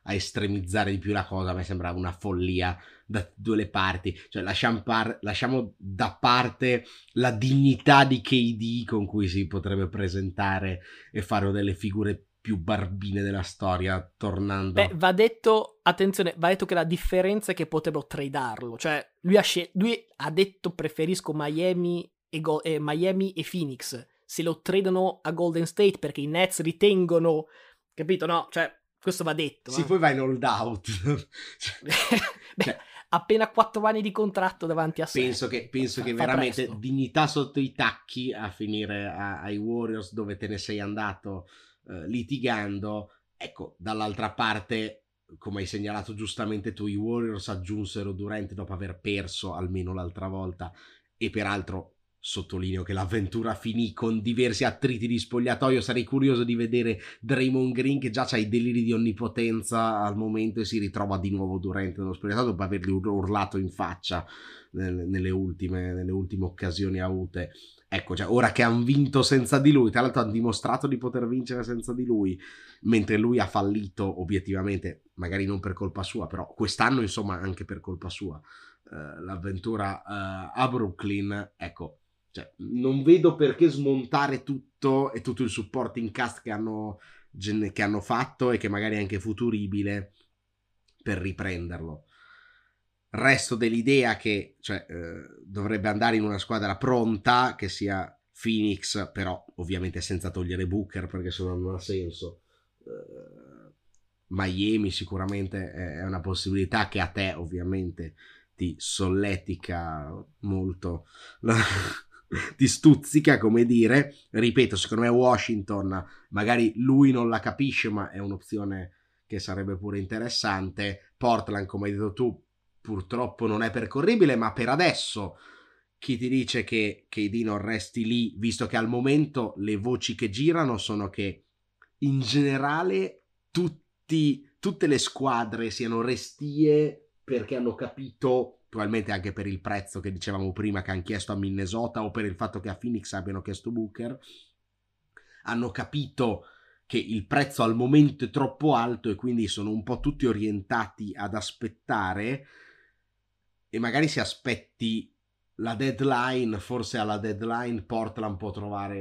estremizzare di più la cosa. A me sembra una follia da due le parti, cioè lasciamo da parte la dignità di KD con cui si potrebbe presentare e fare delle figure più barbine della storia, tornando. Beh, va detto, attenzione, va detto che la differenza è che potrebbero tradarlo, cioè lui ha detto preferisco Miami e Phoenix, se lo tradano a Golden State perché i Nets ritengono, capito, no? Cioè, questo va detto. Sì, poi va in hold out. Beh, appena 4 anni di contratto davanti a sé. Penso che veramente presto. Dignità sotto i tacchi a finire ai Warriors, dove te ne sei andato litigando. Ecco, dall'altra parte, come hai segnalato giustamente tu, i Warriors aggiunsero Durant dopo aver perso almeno l'altra volta, e peraltro sottolineo che l'avventura finì con diversi attriti di spogliatoio. Sarei curioso di vedere Draymond Green che già c'ha i deliri di onnipotenza al momento e si ritrova di nuovo Durant nello spogliatoio dopo avergli urlato in faccia nelle ultime occasioni avute. Ecco, cioè, ora che hanno vinto senza di lui, tra l'altro hanno dimostrato di poter vincere senza di lui, mentre lui ha fallito obiettivamente, magari non per colpa sua, però quest'anno insomma anche per colpa sua, l'avventura a Brooklyn. Ecco, cioè, non vedo perché smontare tutto e tutto il supporting cast che hanno fatto e che magari è anche futuribile per riprenderlo. Resto dell'idea che dovrebbe andare in una squadra pronta, che sia Phoenix, però ovviamente senza togliere Booker perché se no non ha senso. Miami sicuramente è una possibilità che a te ovviamente ti solletica molto, ti stuzzica, come dire. Ripeto, secondo me Washington magari lui non la capisce, ma è un'opzione che sarebbe pure interessante. Portland, come hai detto tu, purtroppo non è percorribile, ma per adesso chi ti dice che KD non resti lì, visto che al momento le voci che girano sono che in generale tutte le squadre siano restie perché hanno capito, probabilmente anche per il prezzo che dicevamo prima che hanno chiesto a Minnesota, o per il fatto che a Phoenix abbiano chiesto Booker, hanno capito che il prezzo al momento è troppo alto e quindi sono un po' tutti orientati ad aspettare. E magari si aspetti la deadline, forse alla deadline Portland può trovare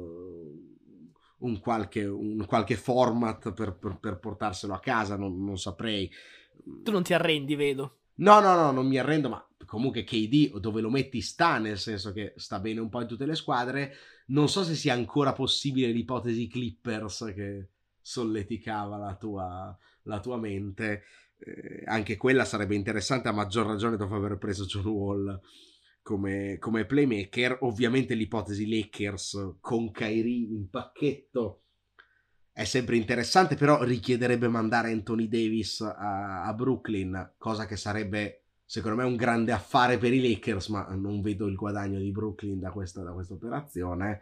un qualche format per portarselo a casa, non saprei. Tu non ti arrendi, vedo. No, non mi arrendo, ma comunque KD dove lo metti sta, nel senso che sta bene un po' in tutte le squadre. Non so se sia ancora possibile l'ipotesi Clippers che solleticava la tua mente. Anche quella sarebbe interessante, a maggior ragione dopo aver preso John Wall come playmaker. Ovviamente l'ipotesi Lakers con Kyrie in pacchetto è sempre interessante, però richiederebbe mandare Anthony Davis a Brooklyn, cosa che sarebbe secondo me un grande affare per i Lakers, ma non vedo il guadagno di Brooklyn da questa operazione.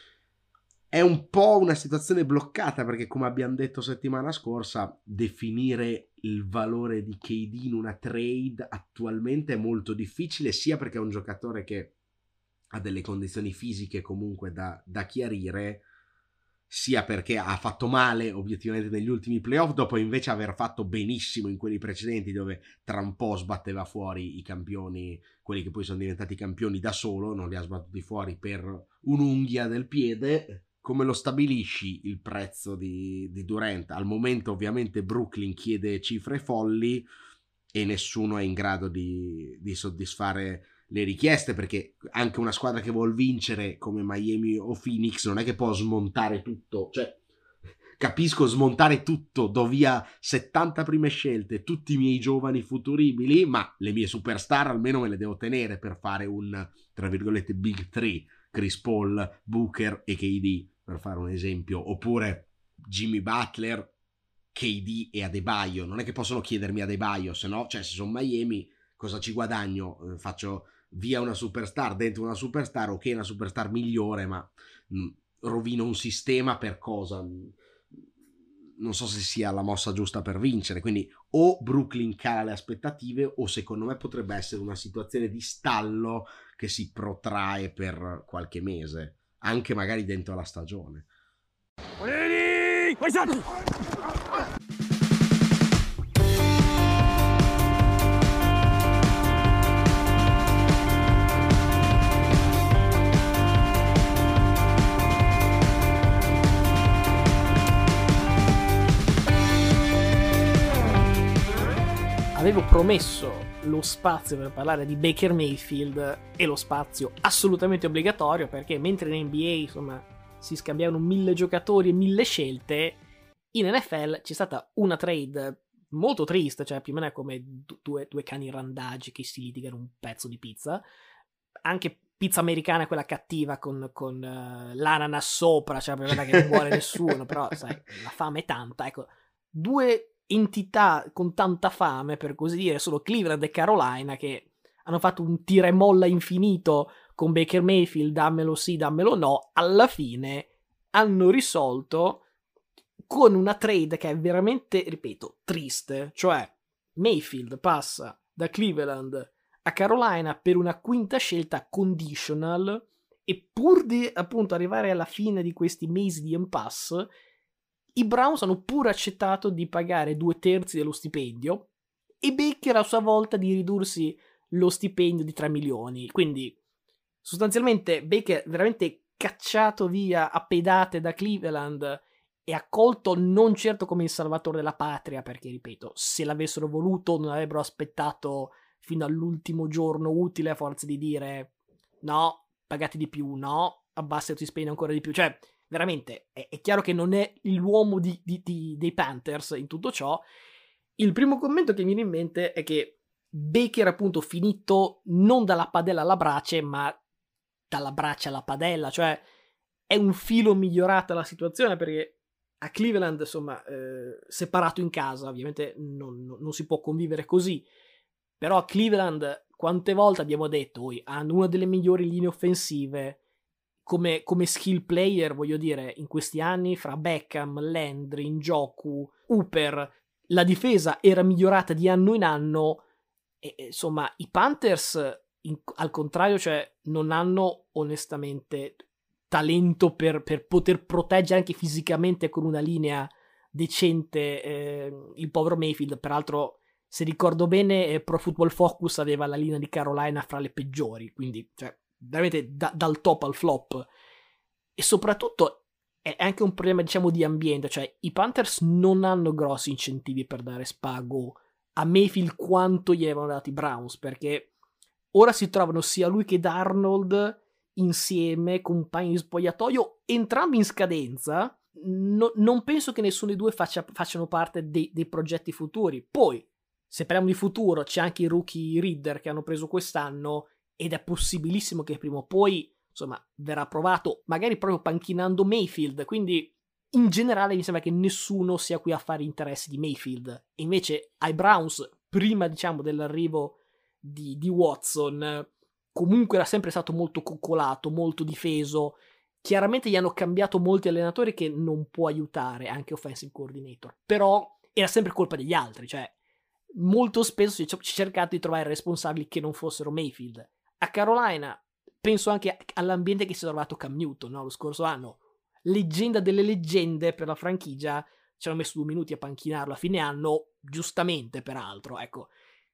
È un po' una situazione bloccata perché, come abbiamo detto settimana scorsa, definire il valore di KD in una trade attualmente è molto difficile, sia perché è un giocatore che ha delle condizioni fisiche comunque da chiarire, sia perché ha fatto male obiettivamente negli ultimi playoff, dopo invece aver fatto benissimo in quelli precedenti, dove tra un po' sbatteva fuori i campioni, quelli che poi sono diventati campioni da solo, non li ha sbattuti fuori per un'unghia del piede. Come lo stabilisci il prezzo di Durant? Al momento ovviamente Brooklyn chiede cifre folli e nessuno è in grado di soddisfare le richieste, perché anche una squadra che vuol vincere come Miami o Phoenix non è che può smontare tutto. Cioè, capisco smontare tutto, do via 70 prime scelte, tutti i miei giovani futuribili, ma le mie superstar almeno me le devo tenere per fare un, tra virgolette, big three: Chris Paul, Booker e KD, per fare un esempio. Oppure Jimmy Butler, KD e Adebayo. Non è che possono chiedermi Adebayo, se no, cioè, se sono Miami cosa ci guadagno? Faccio via una superstar, dentro una superstar, ok, una superstar migliore, ma rovino un sistema per cosa? Non so se sia la mossa giusta per vincere. Quindi o Brooklyn cala le aspettative, o secondo me potrebbe essere una situazione di stallo che si protrae per qualche mese, anche magari dentro la stagione. avevo promesso lo spazio per parlare di Baker Mayfield, e lo spazio assolutamente obbligatorio, perché mentre in NBA insomma si scambiavano 1000 giocatori e 1000 scelte, in NFL c'è stata una trade molto triste, cioè più o meno è come due cani randagi che si litigano un pezzo di pizza, anche pizza americana, quella cattiva con l'ananas sopra, cioè quella che non vuole nessuno, però sai, la fame è tanta, ecco, due entità con tanta fame, per così dire, sono Cleveland e Carolina, che hanno fatto un tira e molla infinito con Baker Mayfield, dammelo sì, dammelo no, alla fine hanno risolto con una trade che è veramente, ripeto, triste, cioè Mayfield passa da Cleveland a Carolina per una quinta scelta conditional, e pur di appunto arrivare alla fine di questi mesi di impasse, i Browns hanno pure accettato di pagare 2/3 dello stipendio, e Baker a sua volta di ridursi lo stipendio di 3 milioni. Quindi sostanzialmente Baker veramente cacciato via a pedate da Cleveland e accolto non certo come il salvatore della patria, perché ripeto, se l'avessero voluto non avrebbero aspettato fino all'ultimo giorno utile a forza di dire no, pagati di più, no, abbassati i stipendi ancora di più, cioè veramente è chiaro che non è l'uomo dei Panthers in tutto ciò. Il primo commento che mi viene in mente è che Baker appunto finito non dalla padella alla brace, ma dalla brace alla padella, cioè è un filo migliorata la situazione, perché a Cleveland insomma separato in casa ovviamente non si può convivere così, però a Cleveland quante volte abbiamo detto hanno una delle migliori linee offensive come skill player, voglio dire, in questi anni fra Beckham, Landry, Njoku, Hooper, la difesa era migliorata di anno in anno, e insomma i Panthers al contrario, cioè non hanno onestamente talento per poter proteggere anche fisicamente con una linea decente il povero Mayfield. Peraltro, se ricordo bene, Pro Football Focus aveva la linea di Carolina fra le peggiori, quindi cioè veramente dal top al flop. E soprattutto è anche un problema, diciamo, di ambiente, cioè i Panthers non hanno grossi incentivi per dare spago a Mayfield quanto gli avevano dato i Browns, perché ora si trovano sia lui che Darnold insieme, compagni di spogliatoio, entrambi in scadenza. Non penso che nessuno dei due facciano parte dei progetti futuri. Poi, se parliamo di futuro, c'è anche i rookie Reader che hanno preso quest'anno, ed è possibilissimo che prima o poi insomma verrà provato, magari proprio panchinando Mayfield. Quindi in generale mi sembra che nessuno sia qui a fare interessi di Mayfield, e invece ai Browns, prima diciamo dell'arrivo di Watson, comunque era sempre stato molto coccolato, molto difeso. Chiaramente gli hanno cambiato molti allenatori, che non può aiutare, anche offensive coordinator, però era sempre colpa degli altri, cioè molto spesso si è cercato di trovare responsabili che non fossero Mayfield. A Carolina penso anche all'ambiente che si è trovato Cam Newton, no? Lo scorso anno, leggenda delle leggende per la franchigia, ci hanno messo 2 minuti a panchinarlo a fine anno, giustamente peraltro, ecco.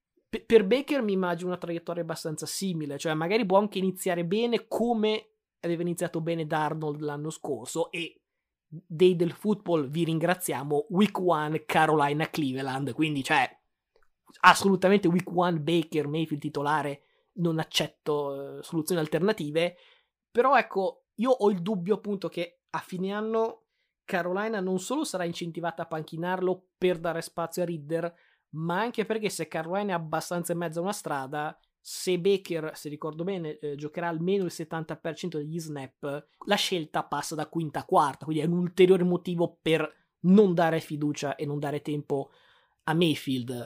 Per Baker mi immagino una traiettoria abbastanza simile, cioè magari può anche iniziare bene come aveva iniziato bene Darnold l'anno scorso, e dei del football vi ringraziamo, week 1 Carolina Cleveland, quindi cioè assolutamente week 1 Baker Mayfield titolare, non accetto soluzioni alternative. Però ecco, io ho il dubbio appunto che a fine anno Carolina non solo sarà incentivata a panchinarlo per dare spazio a Ridder, ma anche perché se Carolina è abbastanza in mezzo a una strada, se Baker, se ricordo bene, giocherà almeno il 70% degli snap, la scelta passa da quinta a quarta, quindi è un ulteriore motivo per non dare fiducia e non dare tempo a Mayfield.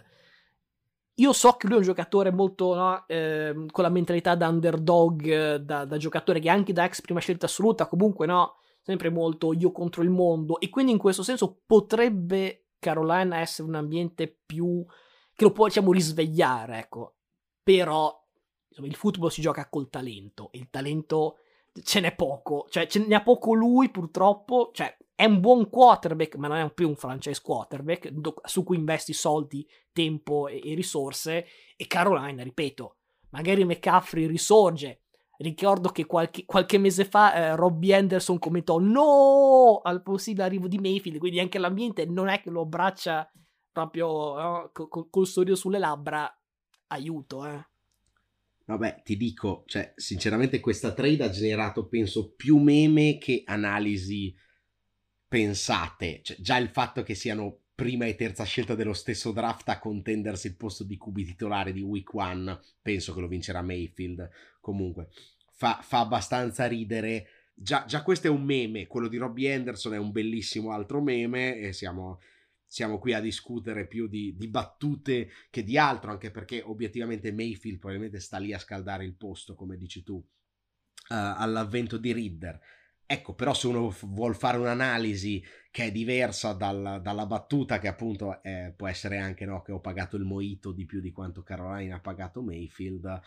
Io so che lui è un giocatore molto con la mentalità da underdog, da giocatore che anche da ex prima scelta assoluta, comunque sempre molto io contro il mondo, e quindi in questo senso potrebbe Carolina essere un ambiente più che lo può, diciamo, risvegliare, ecco. Però insomma, il football si gioca col talento, e il talento ce n'è poco, cioè ce ne ha poco lui purtroppo, cioè è un buon quarterback, ma non è più un franchise quarterback su cui investi soldi, tempo e risorse. E Carolina, ripeto, magari McCaffrey risorge. Ricordo che qualche mese fa Robbie Anderson commentò no al possibile arrivo di Mayfield, quindi anche l'ambiente non è che lo abbraccia proprio no? Col sorriso sulle labbra, aiuto, Vabbè, ti dico, cioè, sinceramente questa trade ha generato, penso, più meme che analisi pensate. Cioè, già il fatto che siano prima e terza scelta dello stesso draft a contendersi il posto di QB titolare di Week 1, penso che lo vincerà Mayfield. Comunque, fa abbastanza ridere. Già questo è un meme, quello di Robbie Anderson è un bellissimo altro meme e siamo qui a discutere più di battute che di altro, anche perché obiettivamente Mayfield probabilmente sta lì a scaldare il posto, come dici tu, all'avvento di Ridder. Ecco, però se uno vuol fare un'analisi che è diversa dalla battuta, che appunto può essere anche no, che ho pagato il mojito di più di quanto Carolina ha pagato Mayfield,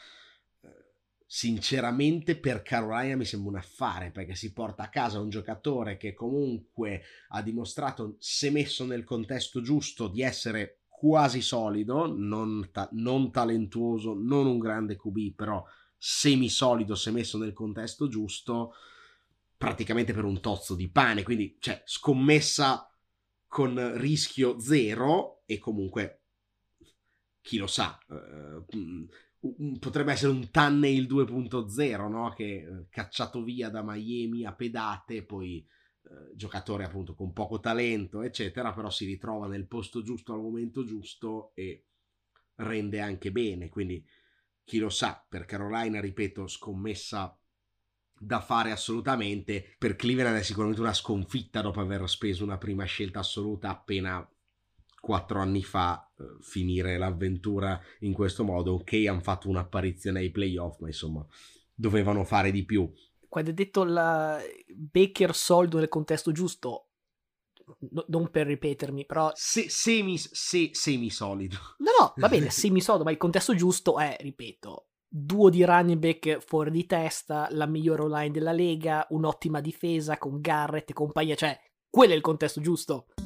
sinceramente per Carolina mi sembra un affare, perché si porta a casa un giocatore che comunque ha dimostrato, se messo nel contesto giusto, di essere quasi solido, non talentuoso, non un grande QB, però semisolido se messo nel contesto giusto, praticamente per un tozzo di pane. Quindi cioè scommessa con rischio zero, e comunque chi lo sa, potrebbe essere un Tannehill 2.0, no? Che cacciato via da Miami a pedate, poi giocatore appunto con poco talento eccetera, però si ritrova nel posto giusto al momento giusto e rende anche bene. Quindi chi lo sa, per Carolina ripeto, scommessa da fare assolutamente. Per Cleveland è sicuramente una sconfitta dopo aver speso una prima scelta assoluta appena 4 anni fa, finire l'avventura in questo modo. Ok, hanno fatto un'apparizione ai playoff, ma insomma dovevano fare di più. Quando hai detto Baker solido nel contesto giusto, non per ripetermi, però semi-solido. no, va bene, semi-solido, ma il contesto giusto è, ripeto, duo di running back fuori di testa, la migliore online della lega, un'ottima difesa con Garrett e compagnia, cioè quello è il contesto giusto.